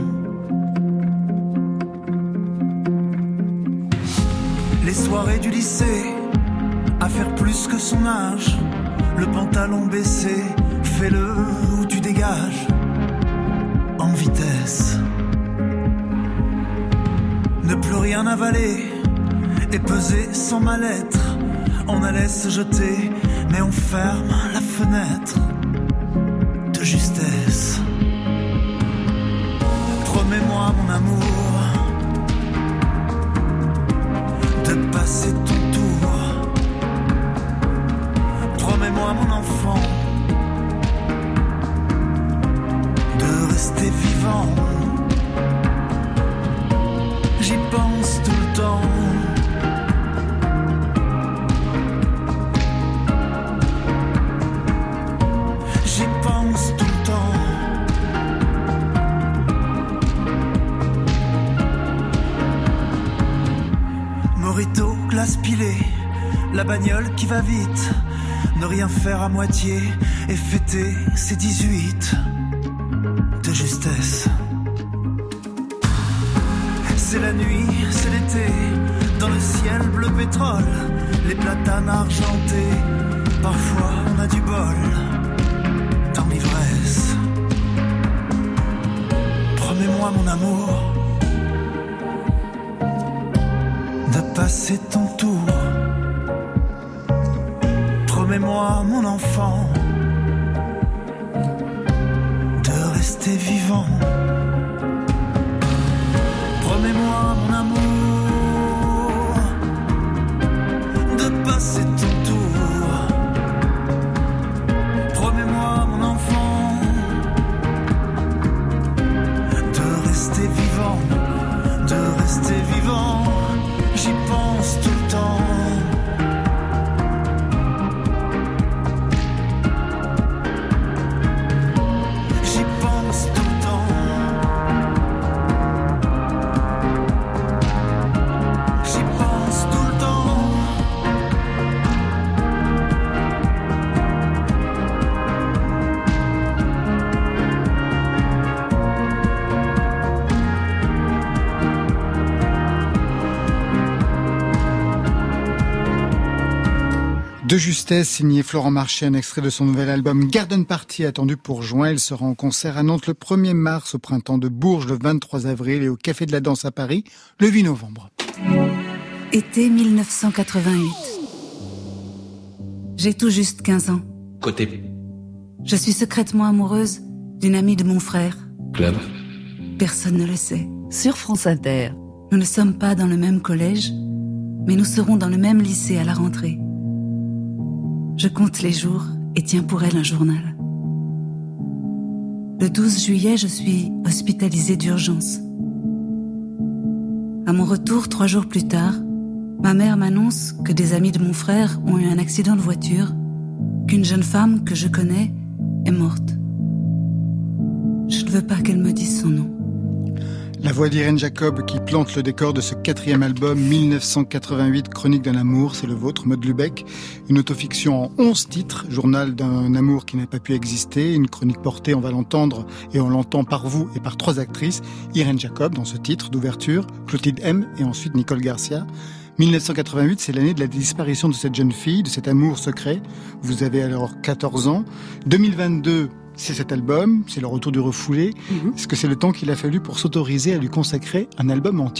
Les soirées du lycée, à faire plus que son âge, le pantalon baissé, fais-le ou tu dégages, en vitesse. Ne plus rien avaler et peser sans mal-être, on allait se jeter, mais on ferme la fenêtre de justesse. Promets-moi mon amour de passer ton tour. Promets-moi mon enfant de rester vivant. J'y pense tout le temps. J'y pense tout le temps. Morito, glace pilée, la bagnole qui va vite, ne rien faire à moitié et fêter ses dix-huit de justesse. C'est la nuit, c'est l'été, dans le ciel bleu pétrole, les platanes argentés, parfois on a du bol, dans l'ivresse. Promets-moi mon amour de passer ton tour. Promets-moi mon enfant de rester vivant. Promets-moi mon amour de passer ton tour. Promets-moi mon enfant de rester vivant, de rester vivant. J'y pense tout le temps. J'y pense tout le temps. J'y pense tout le temps. De justesse, signé Florent Marché, un extrait de son nouvel album Garden Party, attendu pour juin. Il sera en concert à Nantes le premier mars, au Printemps de Bourges le vingt-trois avril et au Café de la Danse à Paris le huit novembre. Été mille neuf cent quatre-vingt-huit. J'ai tout juste quinze ans. Côté Je suis secrètement amoureuse d'une amie de mon frère. club. Personne ne le sait. Sur France Inter. Nous ne sommes pas dans le même collège, mais nous serons dans le même lycée à la rentrée. Je compte les jours et tiens pour elle un journal. Le douze juillet, je suis hospitalisée d'urgence. À mon retour, trois jours plus tard, ma mère m'annonce que des amis de mon frère ont eu un accident de voiture, qu'une jeune femme que je connais est morte. Je ne veux pas qu'elle me dise son nom. La voix d'Irène Jacob qui plante le décor de ce quatrième album mille neuf cent quatre-vingt-huit, Chronique d'un amour, c'est le vôtre, Maud Lubeck. Une autofiction en onze titres, journal d'un amour qui n'a pas pu exister, une chronique portée, on va l'entendre, et on l'entend par vous et par trois actrices. Irène Jacob dans ce titre d'ouverture, Clotilde M et ensuite Nicole Garcia. mille neuf cent quatre-vingt-huit, c'est l'année de la disparition de cette jeune fille, de cet amour secret. Vous avez alors quatorze ans. deux mille vingt-deux, c'est cet album, c'est le retour du refoulé. Mmh. Est-ce que c'est le temps qu'il a fallu pour s'autoriser à lui consacrer un album entier ?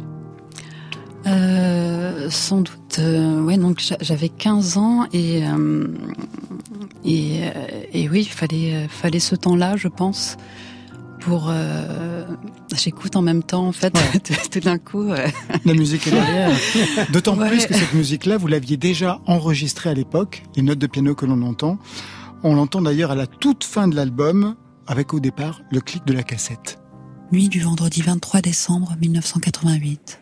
euh, Sans doute. Euh, ouais, donc j'avais quinze ans et euh, et, et oui, il fallait fallait ce temps-là, je pense. Pour euh, j'écoute en même temps en fait ouais. tout, tout d'un coup euh... la musique est derrière. D'autant ouais. plus que cette musique-là, vous l'aviez déjà enregistrée à l'époque. Les notes de piano que l'on entend. On l'entend d'ailleurs à la toute fin de l'album. avec au départ le clic de la cassette. Nuit du vendredi vingt-trois décembre mille neuf cent quatre-vingt-huit.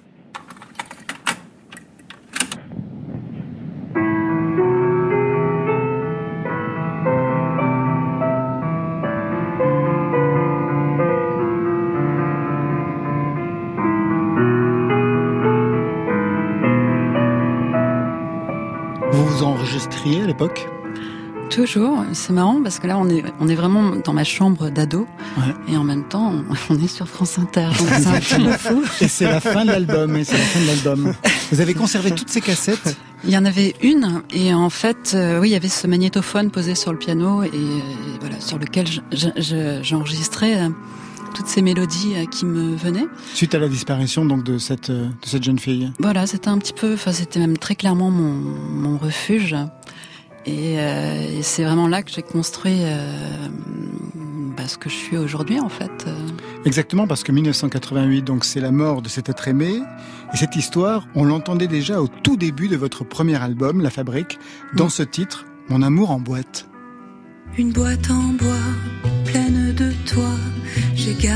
Vous vous enregistriez à l'époque ? Toujours, c'est marrant parce que là on est on est vraiment dans ma chambre d'ado ouais. Et en même temps on, on est sur France Inter, donc c'est un petit peu fou. Et c'est la fin de l'album, et c'est la fin de l'album. Vous avez conservé toutes ces cassettes ? Il y en avait une et en fait euh, oui il y avait ce magnétophone posé sur le piano et, et voilà sur lequel je, je, je, j'enregistrais euh, toutes ces mélodies euh, qui me venaient. Suite à la disparition donc de cette de cette jeune fille. Voilà, c'était un petit peu, enfin c'était même très clairement mon mon refuge. Et, euh, et c'est vraiment là que j'ai construit euh, bah, ce que je suis aujourd'hui, en fait. Exactement, parce que mille neuf cent quatre-vingt-huit, donc c'est la mort de cet être aimé. Et cette histoire, on l'entendait déjà au tout début de votre premier album, La Fabrique, dans mmh. ce titre, Mon amour en boîte. Une boîte en bois, pleine de toi, j'ai gardé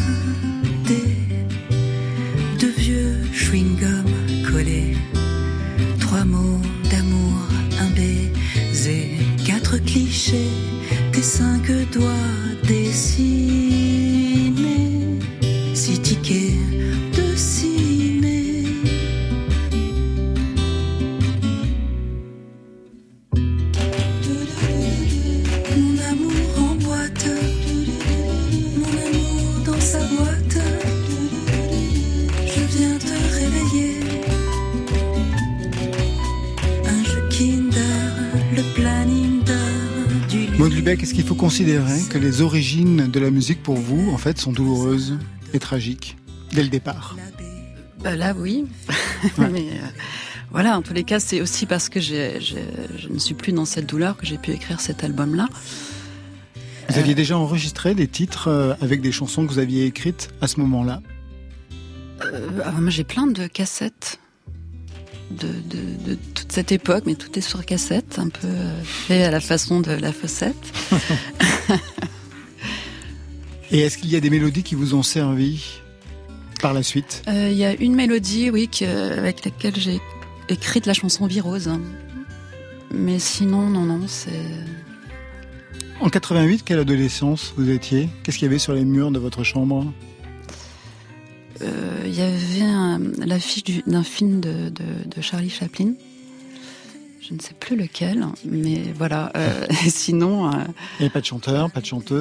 de vieux chewing-gum collés, trois mots d'amour, un baiser, quatre clichés, tes cinq doigts dessinés, six tickets de ciné. Mon amour en boîte, mon amour dans sa boîte, je viens te réveiller. Maud Lubeck, est-ce qu'il faut considérer que les origines de la musique pour vous, en fait, sont douloureuses et tragiques dès le départ ? Bah là, oui. Ouais. Mais euh, voilà, en tous les cas, c'est aussi parce que j'ai, j'ai, je ne suis plus dans cette douleur que j'ai pu écrire cet album-là. Vous euh... aviez déjà enregistré des titres avec des chansons que vous aviez écrites à ce moment-là ? euh, alors moi, j'ai plein de cassettes. De, de, de toute cette époque, mais tout est sur cassette, un peu euh, fait à la façon de La Fossette. Et est-ce qu'il y a des mélodies qui vous ont servi par la suite ? Il euh, y a une mélodie, oui, que, avec laquelle j'ai écrit la chanson Virose. Mais sinon, non, non, c'est... En quatre-vingt-huit, quelle adolescence vous étiez ? Qu'est-ce qu'il y avait sur les murs de votre chambre ? Il euh, y avait un, l'affiche du, d'un film de, de, de Charlie Chaplin. Je ne sais plus lequel, mais voilà. Euh, sinon... Euh... Il n'y avait pas de chanteur, pas de chanteuse ?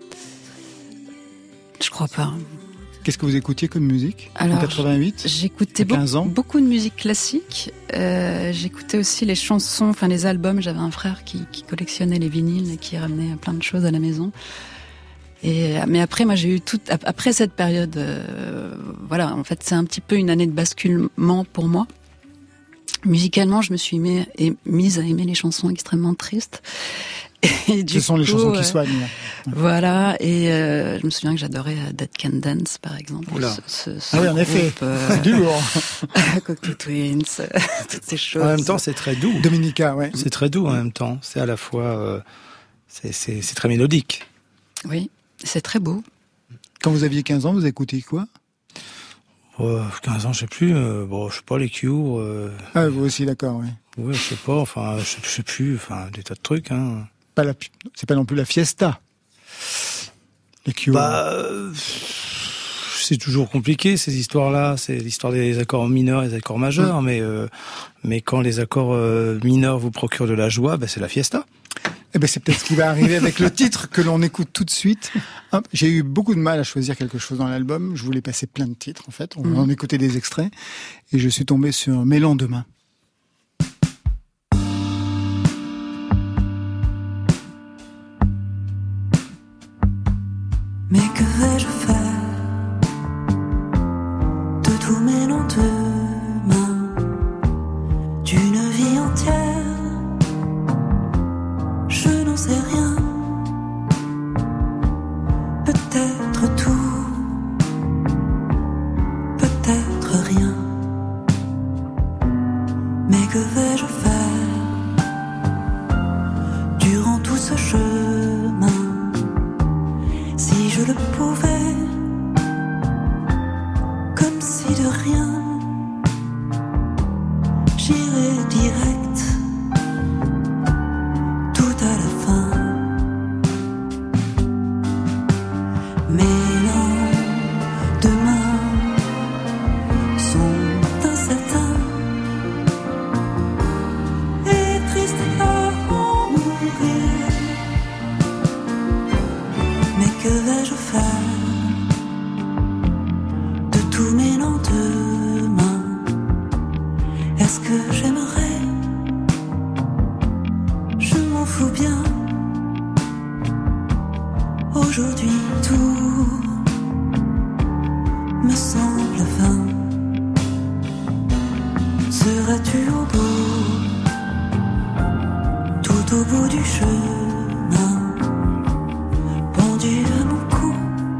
Je crois pas. Qu'est-ce que vous écoutiez comme musique ? Alors, en quatre-vingt-huit ? J'écoutais quinze ans. Beaucoup de musique classique. Euh, j'écoutais aussi les chansons, enfin les albums. J'avais un frère qui, qui collectionnait les vinyles et qui ramenait plein de choses à la maison. Et, mais après, moi, j'ai eu tout, après cette période, euh, voilà, en fait, c'est un petit peu une année de basculement pour moi. Musicalement, je me suis mis, et, mise à aimer les chansons extrêmement tristes. Et du Ce sont coup, les chansons qui euh, soignent. Voilà, et euh, je me souviens que j'adorais Dead Can Dance, par exemple. Oula. Ce, ce, ce ah oui, en effet, euh, du lourd. Cocteau Twins, toutes ces choses. En même temps, c'est très doux. Dominica, ouais. C'est très doux en même temps. C'est à la fois, euh, c'est, c'est, c'est très mélodique. Oui. C'est très beau. Quand vous aviez quinze ans, vous écoutiez quoi ? euh, quinze ans, je sais plus. Euh, bon, je sais pas, les Cure. Euh... Ah, vous aussi, d'accord, oui. Oui, je sais pas. Enfin, je sais, je sais plus. Enfin, des tas de trucs. Hein. Pas la, c'est pas non plus la fiesta. Les Cure. Bah, euh, c'est toujours compliqué ces histoires-là. C'est l'histoire des accords mineurs et des accords majeurs. Mmh. Mais euh, mais quand les accords euh, mineurs vous procurent de la joie, bah, c'est la fiesta. Eh ben, c'est peut-être ce qui va arriver avec le titre que l'on écoute tout de suite. Hop, j'ai eu beaucoup de mal à choisir quelque chose dans l'album. Je voulais passer plein de titres, en fait. On va mmh. en écouter des extraits. Et je suis tombé sur Mes lendemains. Mais que vais-je faire de tous mes lendemains, d'une vie entière? Je n'en sais rien, peut-être tout, peut-être rien. Mais que vais-je faire durant tout ce chemin pourrais-je faire de tous mes lendemains? Est-ce que j'aimerais? Je m'en fous bien. Aujourd'hui tout me semble vain. Seras-tu au bout, tout au bout du chemin, pendu à mon cou?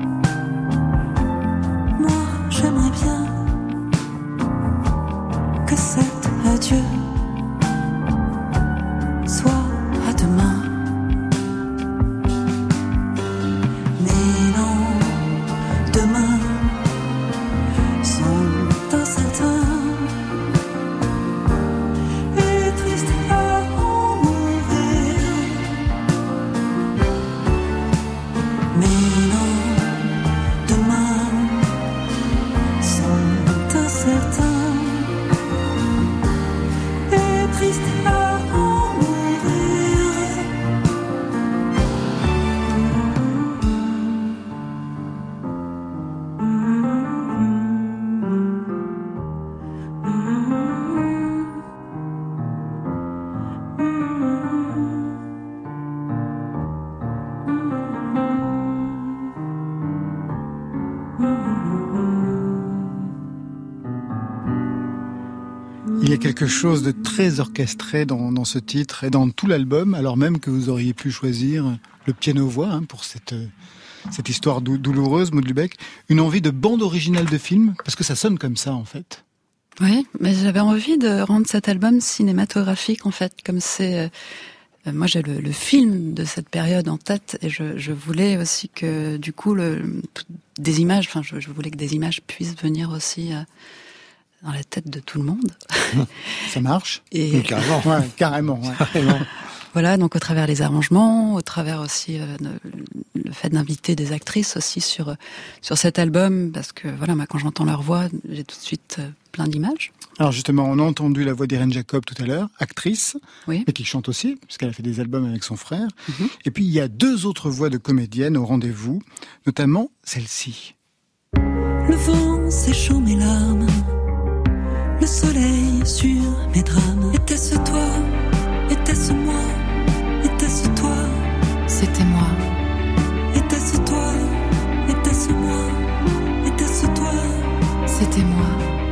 Moi j'aimerais bien que cet adieu soit à demain. Mais non, demain sont incertains et tristes à en mourir. Mais non, demain sont incertains et tristes à en mourir. Il y a quelque chose de très orchestré dans, dans ce titre et dans tout l'album, alors même que vous auriez pu choisir le piano-voix hein, pour cette, cette histoire dou- douloureuse, Maud Lubeck. Une envie de bande originale de film, parce que ça sonne comme ça en fait. Oui, mais j'avais envie de rendre cet album cinématographique en fait, comme c'est... Euh, moi j'ai le, le film de cette période en tête et je, je voulais aussi que du coup le, tout- des images, enfin je, je voulais que des images puissent venir aussi... Euh, dans la tête de tout le monde. Ça marche. Et carrément. Ouais, carrément. Ouais. Carrément. Voilà, donc au travers les arrangements, au travers aussi euh, le fait d'inviter des actrices aussi sur sur cet album, parce que voilà, moi quand j'entends leur voix, j'ai tout de suite euh, plein d'images. Alors justement, on a entendu la voix d'Irène Jacob tout à l'heure, actrice, oui. mais qui chante aussi, puisqu'elle a fait des albums avec son frère. Mm-hmm. Et puis il y a deux autres voix de comédiennes au rendez-vous, notamment celle-ci. Le vent séchant mes larmes, le soleil sur mes drames. Était-ce toi? Était-ce moi? Était-ce toi? C'était moi. Était-ce toi? Était-ce moi? Était-ce toi? C'était moi.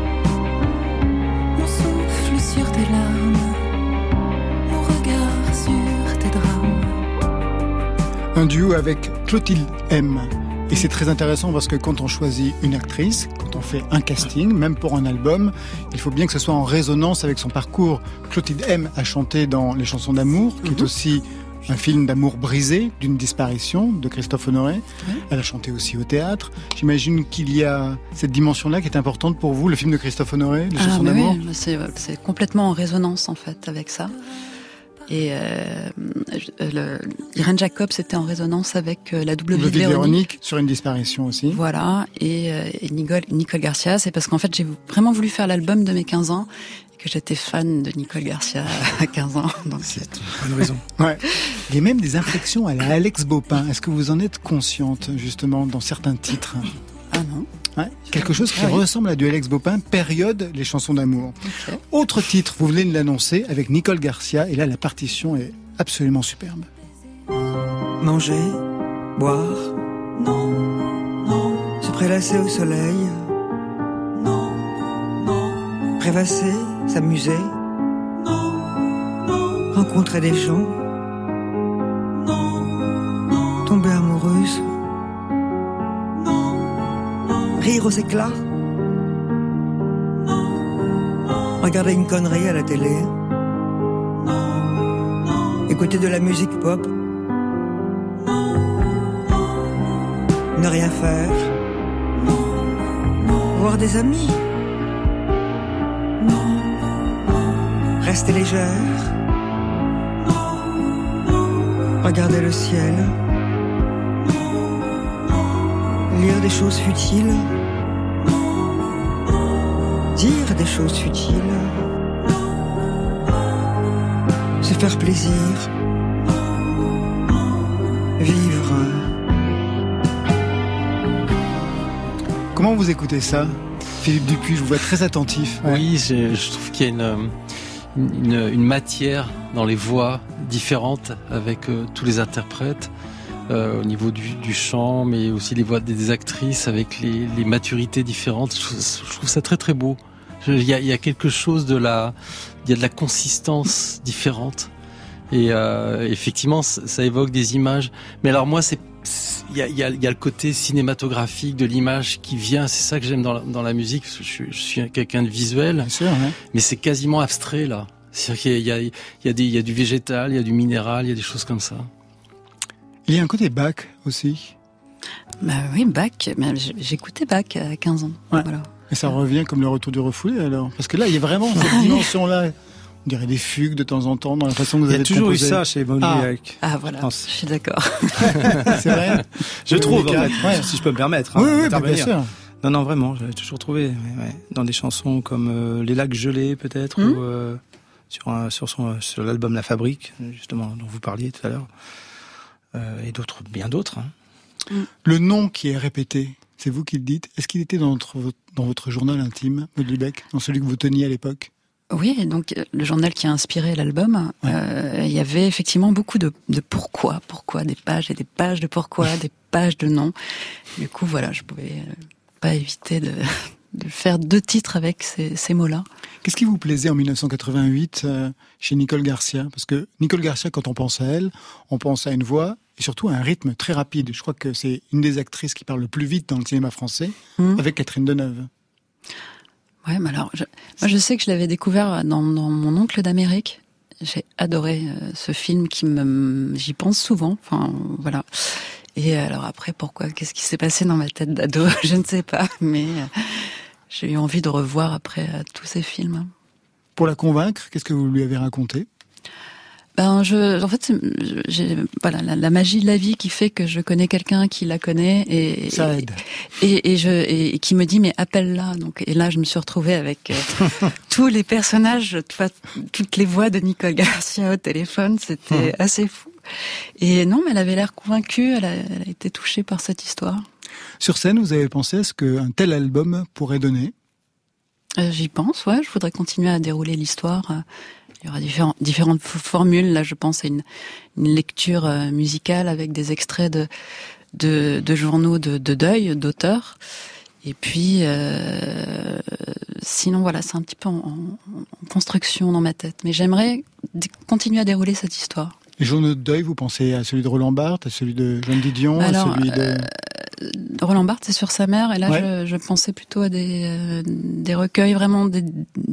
Mon souffle sur tes larmes, mon regard sur tes drames. Un duo avec Clotilde M. Et c'est très intéressant parce que quand on choisit une actrice, quand on fait un casting, même pour un album, il faut bien que ce soit en résonance avec son parcours. Clotilde M a chanté dans Les chansons d'amour, qui mm-hmm. est aussi un film d'amour brisé, d'une disparition de Christophe Honoré. Mm-hmm. Elle a chanté aussi au théâtre. J'imagine qu'il y a cette dimension-là qui est importante pour vous, le film de Christophe Honoré, Les ah, chansons d'amour. Oui, c'est, c'est complètement en résonance en fait avec ça. Et euh, le, Irène Jacob, c'était en résonance avec euh, la double vie de Véronique. Véronique sur une disparition aussi. Voilà, et, euh, et Nicole, Nicole Garcia, c'est parce qu'en fait j'ai vraiment voulu faire l'album de mes quinze ans et que j'étais fan de Nicole Garcia à quinze ans. Donc c'est une bonne raison. Ouais. Il y a même des inflexions à la Alex Baupin. Est-ce que vous en êtes consciente justement dans certains titres? Ah non. Ouais, quelque chose qui ah oui. ressemble à du Alex Baupin, période Les chansons d'amour. Okay. Autre titre, vous venez de l'annoncer, avec Nicole Garcia, et là la partition est absolument superbe. Manger, boire, non, non. Se prélasser au soleil, non, non. Rêvasser, s'amuser, non, non. Rencontrer des gens, non, non. Tomber amoureuse, rire aux éclats, non, non. Regarder une connerie à la télé, non, non. Écouter de la musique pop, non, non. Ne rien faire, non, non. Voir des amis, non, non. Rester légère, non, non. Regarder le ciel, lire des choses futiles, non, non. Dire des choses futiles, non, non. Se faire plaisir, non, non. Vivre. Comment vous écoutez ça, Philippe Dupuis? Je vous vois très attentif. Ouais. Oui, je, je trouve qu'il y a une, une, une matière dans les voix différentes avec euh, tous les interprètes. Euh, au niveau du, du chant, mais aussi les voix des actrices avec les, les maturités différentes. Je, je trouve ça très très beau. Il y a, y a quelque chose de la, il y a de la consistance différente. Et euh, effectivement, ça, ça évoque des images. Mais alors moi, c'est, il y a, y a, y a le côté cinématographique de l'image qui vient. C'est ça que j'aime dans la, dans la musique. Parce que je, je suis quelqu'un de visuel, Bien sûr, ouais. mais c'est quasiment abstrait là. C'est-à-dire qu'il y a, il y a, il y a des, il y a du végétal, il y a du minéral, il y a des choses comme ça. Il y a un côté Bach aussi. Bah oui, Bach. J'écoutais Bach à quinze ans. Ouais. Voilà. Et ça revient comme le retour du refoulé alors. Parce que là, il y a vraiment cette dimension-là. On dirait des fugues de temps en temps dans la façon que vous avez de composer. Il y a toujours eu ça chez Molière. Ah, ah voilà, je, je suis d'accord. C'est vrai. Je oui, trouve, en fait, ouais. si je peux me permettre. Oui, hein, oui, bien sûr. Non, non, vraiment, j'avais toujours trouvé. Ouais, ouais. Dans des chansons comme euh, Les Lacs Gelés, peut-être, mmh. ou euh, sur, un, sur, son, sur l'album La Fabrique, justement, dont vous parliez tout à l'heure. Euh, et d'autres, bien d'autres. Hein. Le nom qui est répété, c'est vous qui le dites. Est-ce qu'il était dans votre, dans votre journal intime, Maud Lübeck, dans celui que vous teniez à l'époque? Oui, donc le journal qui a inspiré l'album, ouais. euh, il y avait effectivement beaucoup de, de pourquoi, pourquoi, des pages et des pages de pourquoi, des pages de non. Du coup, voilà, je pouvais pas éviter de, de faire deux titres avec ces, ces mots-là. Qu'est-ce qui vous plaisait en dix-neuf cent quatre-vingt-huit euh, chez Nicole Garcia? Parce que Nicole Garcia, quand on pense à elle, on pense à une voix et surtout à un rythme très rapide. Je crois que c'est une des actrices qui parle le plus vite dans le cinéma français, mmh. avec Catherine Deneuve. Ouais, mais alors, je, moi je sais que je l'avais découvert dans, dans Mon oncle d'Amérique. J'ai adoré euh, ce film qui me, j'y pense souvent. Enfin, voilà. Et alors après, pourquoi? Qu'est-ce qui s'est passé dans ma tête d'ado? Je ne sais pas, mais euh, j'ai eu envie de revoir après euh, tous ces films. Pour la convaincre, qu'est-ce que vous lui avez raconté? Ben, je, en fait, j'ai, voilà, la, la magie de la vie qui fait que je connais quelqu'un qui la connaît et ça aide. Et, et je et, et qui me dit mais appelle-la. Donc et là, je me suis retrouvée avec euh, tous les personnages, toutes les voix de Nicole Garcia au téléphone. C'était mmh. assez fou. Et non, mais elle avait l'air convaincue. Elle a, elle a été touchée par cette histoire. Sur scène, vous avez pensé à ce qu'un tel album pourrait donner? euh, J'y pense. Ouais, je voudrais continuer à dérouler l'histoire. Il y aura différents, différentes formules. Là, je pense à une, une lecture euh, musicale avec des extraits de, de, de journaux de, de deuil, d'auteurs. Et puis, euh, sinon, voilà, c'est un petit peu en, en construction dans ma tête. Mais j'aimerais d- continuer à dérouler cette histoire. Les journaux de deuil, vous pensez à celui de Roland Barthes, à celui de Jeanne Didion, Alors, à celui de... Euh, Roland Barthes, c'est sur sa mère, et là, ouais. je, je pensais plutôt à des, euh, des recueils vraiment dé,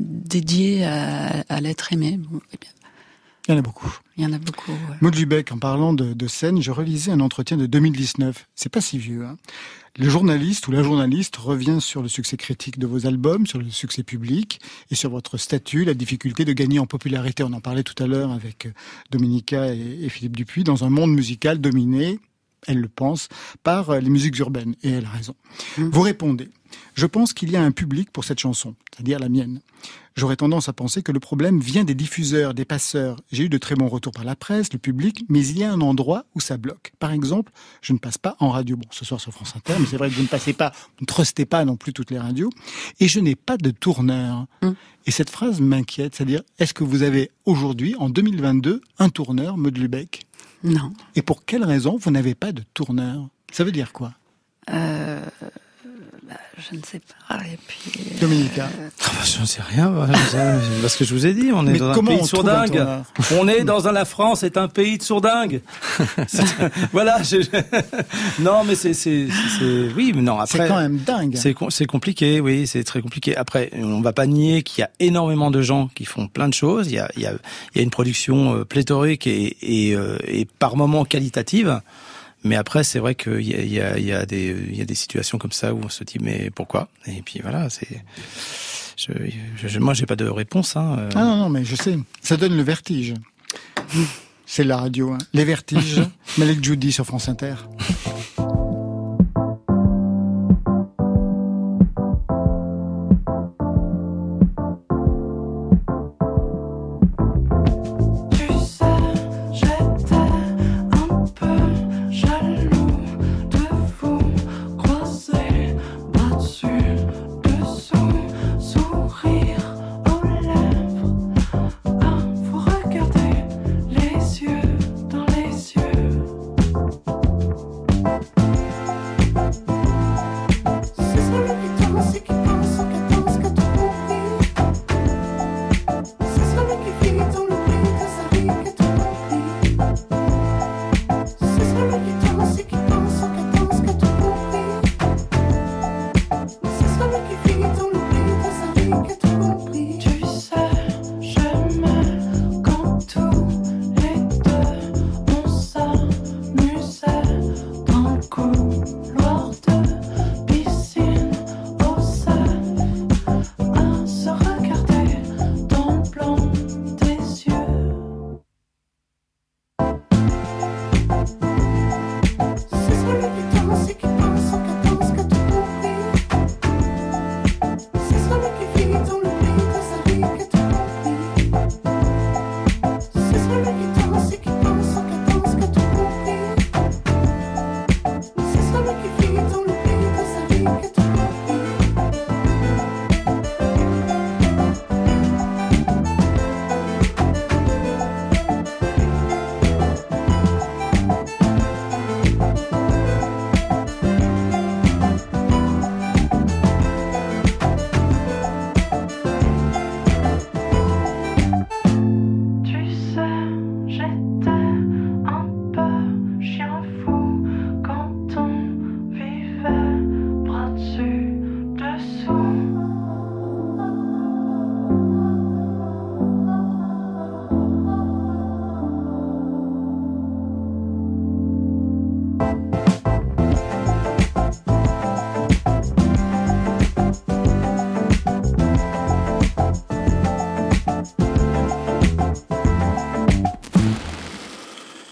dédiés à, à l'être aimé. Bon, eh bien, il y en a beaucoup. Il y en a beaucoup, ouais. Maud Lübeck, en parlant de, de scène, je relisais un entretien de deux mille dix-neuf. C'est pas si vieux, hein. Le journaliste ou la journaliste revient sur le succès critique de vos albums, sur le succès public et sur votre statut, la difficulté de gagner en popularité. On en parlait tout à l'heure avec Dominica et, et Philippe Dupuis, dans un monde musical dominé, elle le pense, par les musiques urbaines. Et elle a raison. Mmh. Vous répondez, je pense qu'il y a un public pour cette chanson, c'est-à-dire la mienne. J'aurais tendance à penser que le problème vient des diffuseurs, des passeurs. J'ai eu de très bons retours par la presse, le public, mais il y a un endroit où ça bloque. Par exemple, je ne passe pas en radio. Bon, ce soir sur France Inter, mais c'est vrai que vous ne passez pas, vous ne trustez pas non plus toutes les radios. Et je n'ai pas de tourneur. Mmh. Et cette phrase m'inquiète, c'est-à-dire, est-ce que vous avez aujourd'hui, en deux mille vingt-deux, un tourneur, Maud Lübeck? Non. Et pour quelle raison vous n'avez pas de tourneur? Ça veut dire quoi? euh... Bah, je ne sais pas. Et puis, Dominica. Euh... Oh, bah, je ne sais rien. Parce que je vous ai dit, on est Mais dans un pays de sourdingues. On est dans un, la France est un pays de sourdingues. Voilà. Je... Non, mais c'est, c'est, c'est, oui, mais non. Après, c'est quand même dingue. C'est, c'est compliqué, oui, c'est très compliqué. Après, on va pas nier qu'il y a énormément de gens qui font plein de choses. Il y a, il y a, il y a une production pléthorique et, et, et par moments qualitative. Mais après, c'est vrai qu'il y a, il y a, il y a des, il y a des situations comme ça où on se dit mais pourquoi? Et puis voilà, c'est, je, je, moi j'ai pas de réponse. Hein. Ah non non, mais je sais, ça donne le vertige. C'est la radio, hein. Les vertiges. Malek Judy sur France Inter. Jaloux de vous croiser bras dessus.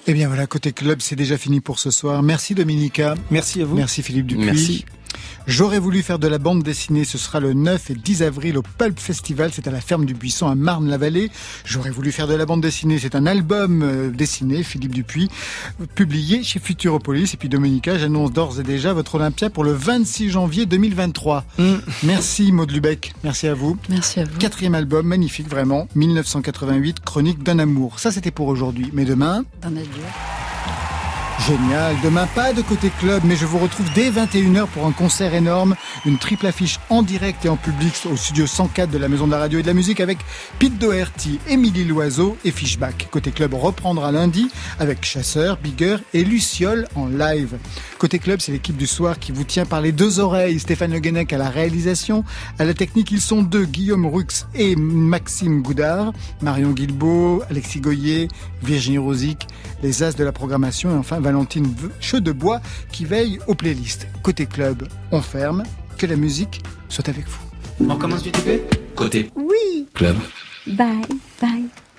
Eh bien voilà, côté club, c'est déjà fini pour ce soir. Merci Dominica. Merci à vous. Merci Philippe Dupuis. Merci. J'aurais voulu faire de la bande dessinée, ce sera le neuf et dix avril au Pulp Festival, c'est à la ferme du Buisson à Marne-la-Vallée. J'aurais voulu faire de la bande dessinée, c'est un album euh, dessiné, Philippe Dupuis, publié chez Futuropolis. Et puis Dominica, j'annonce d'ores et déjà votre Olympia pour le vingt-six janvier deux mille vingt-trois. Mm. Merci Maud Lubeck, merci à vous. Merci à vous. Quatrième album, magnifique vraiment, dix-neuf cent quatre-vingt-huit, Chronique d'un amour. Ça c'était pour aujourd'hui, mais demain... D'un adieu. Génial. Demain, pas de côté club, mais je vous retrouve dès vingt et une heures pour un concert énorme. Une triple affiche en direct et en public au studio cent quatre de la Maison de la Radio et de la Musique avec Pete Doherty, Émilie Loiseau et Fishback. Côté club reprendra lundi avec Chasseur, Bigger et Luciole en live. Côté club, c'est l'équipe du soir qui vous tient par les deux oreilles. Stéphane Le Guenec à la réalisation. À la technique, ils sont deux, Guillaume Roux et Maxime Goudard. Marion Guilbeault, Alexis Goyer, Virginie Rosic, les as de la programmation et enfin Valentine Cheudebois qui veille aux playlists. Côté club, on ferme. Que la musique soit avec vous. On commence du T P ? Côté Oui. Club. Bye, bye.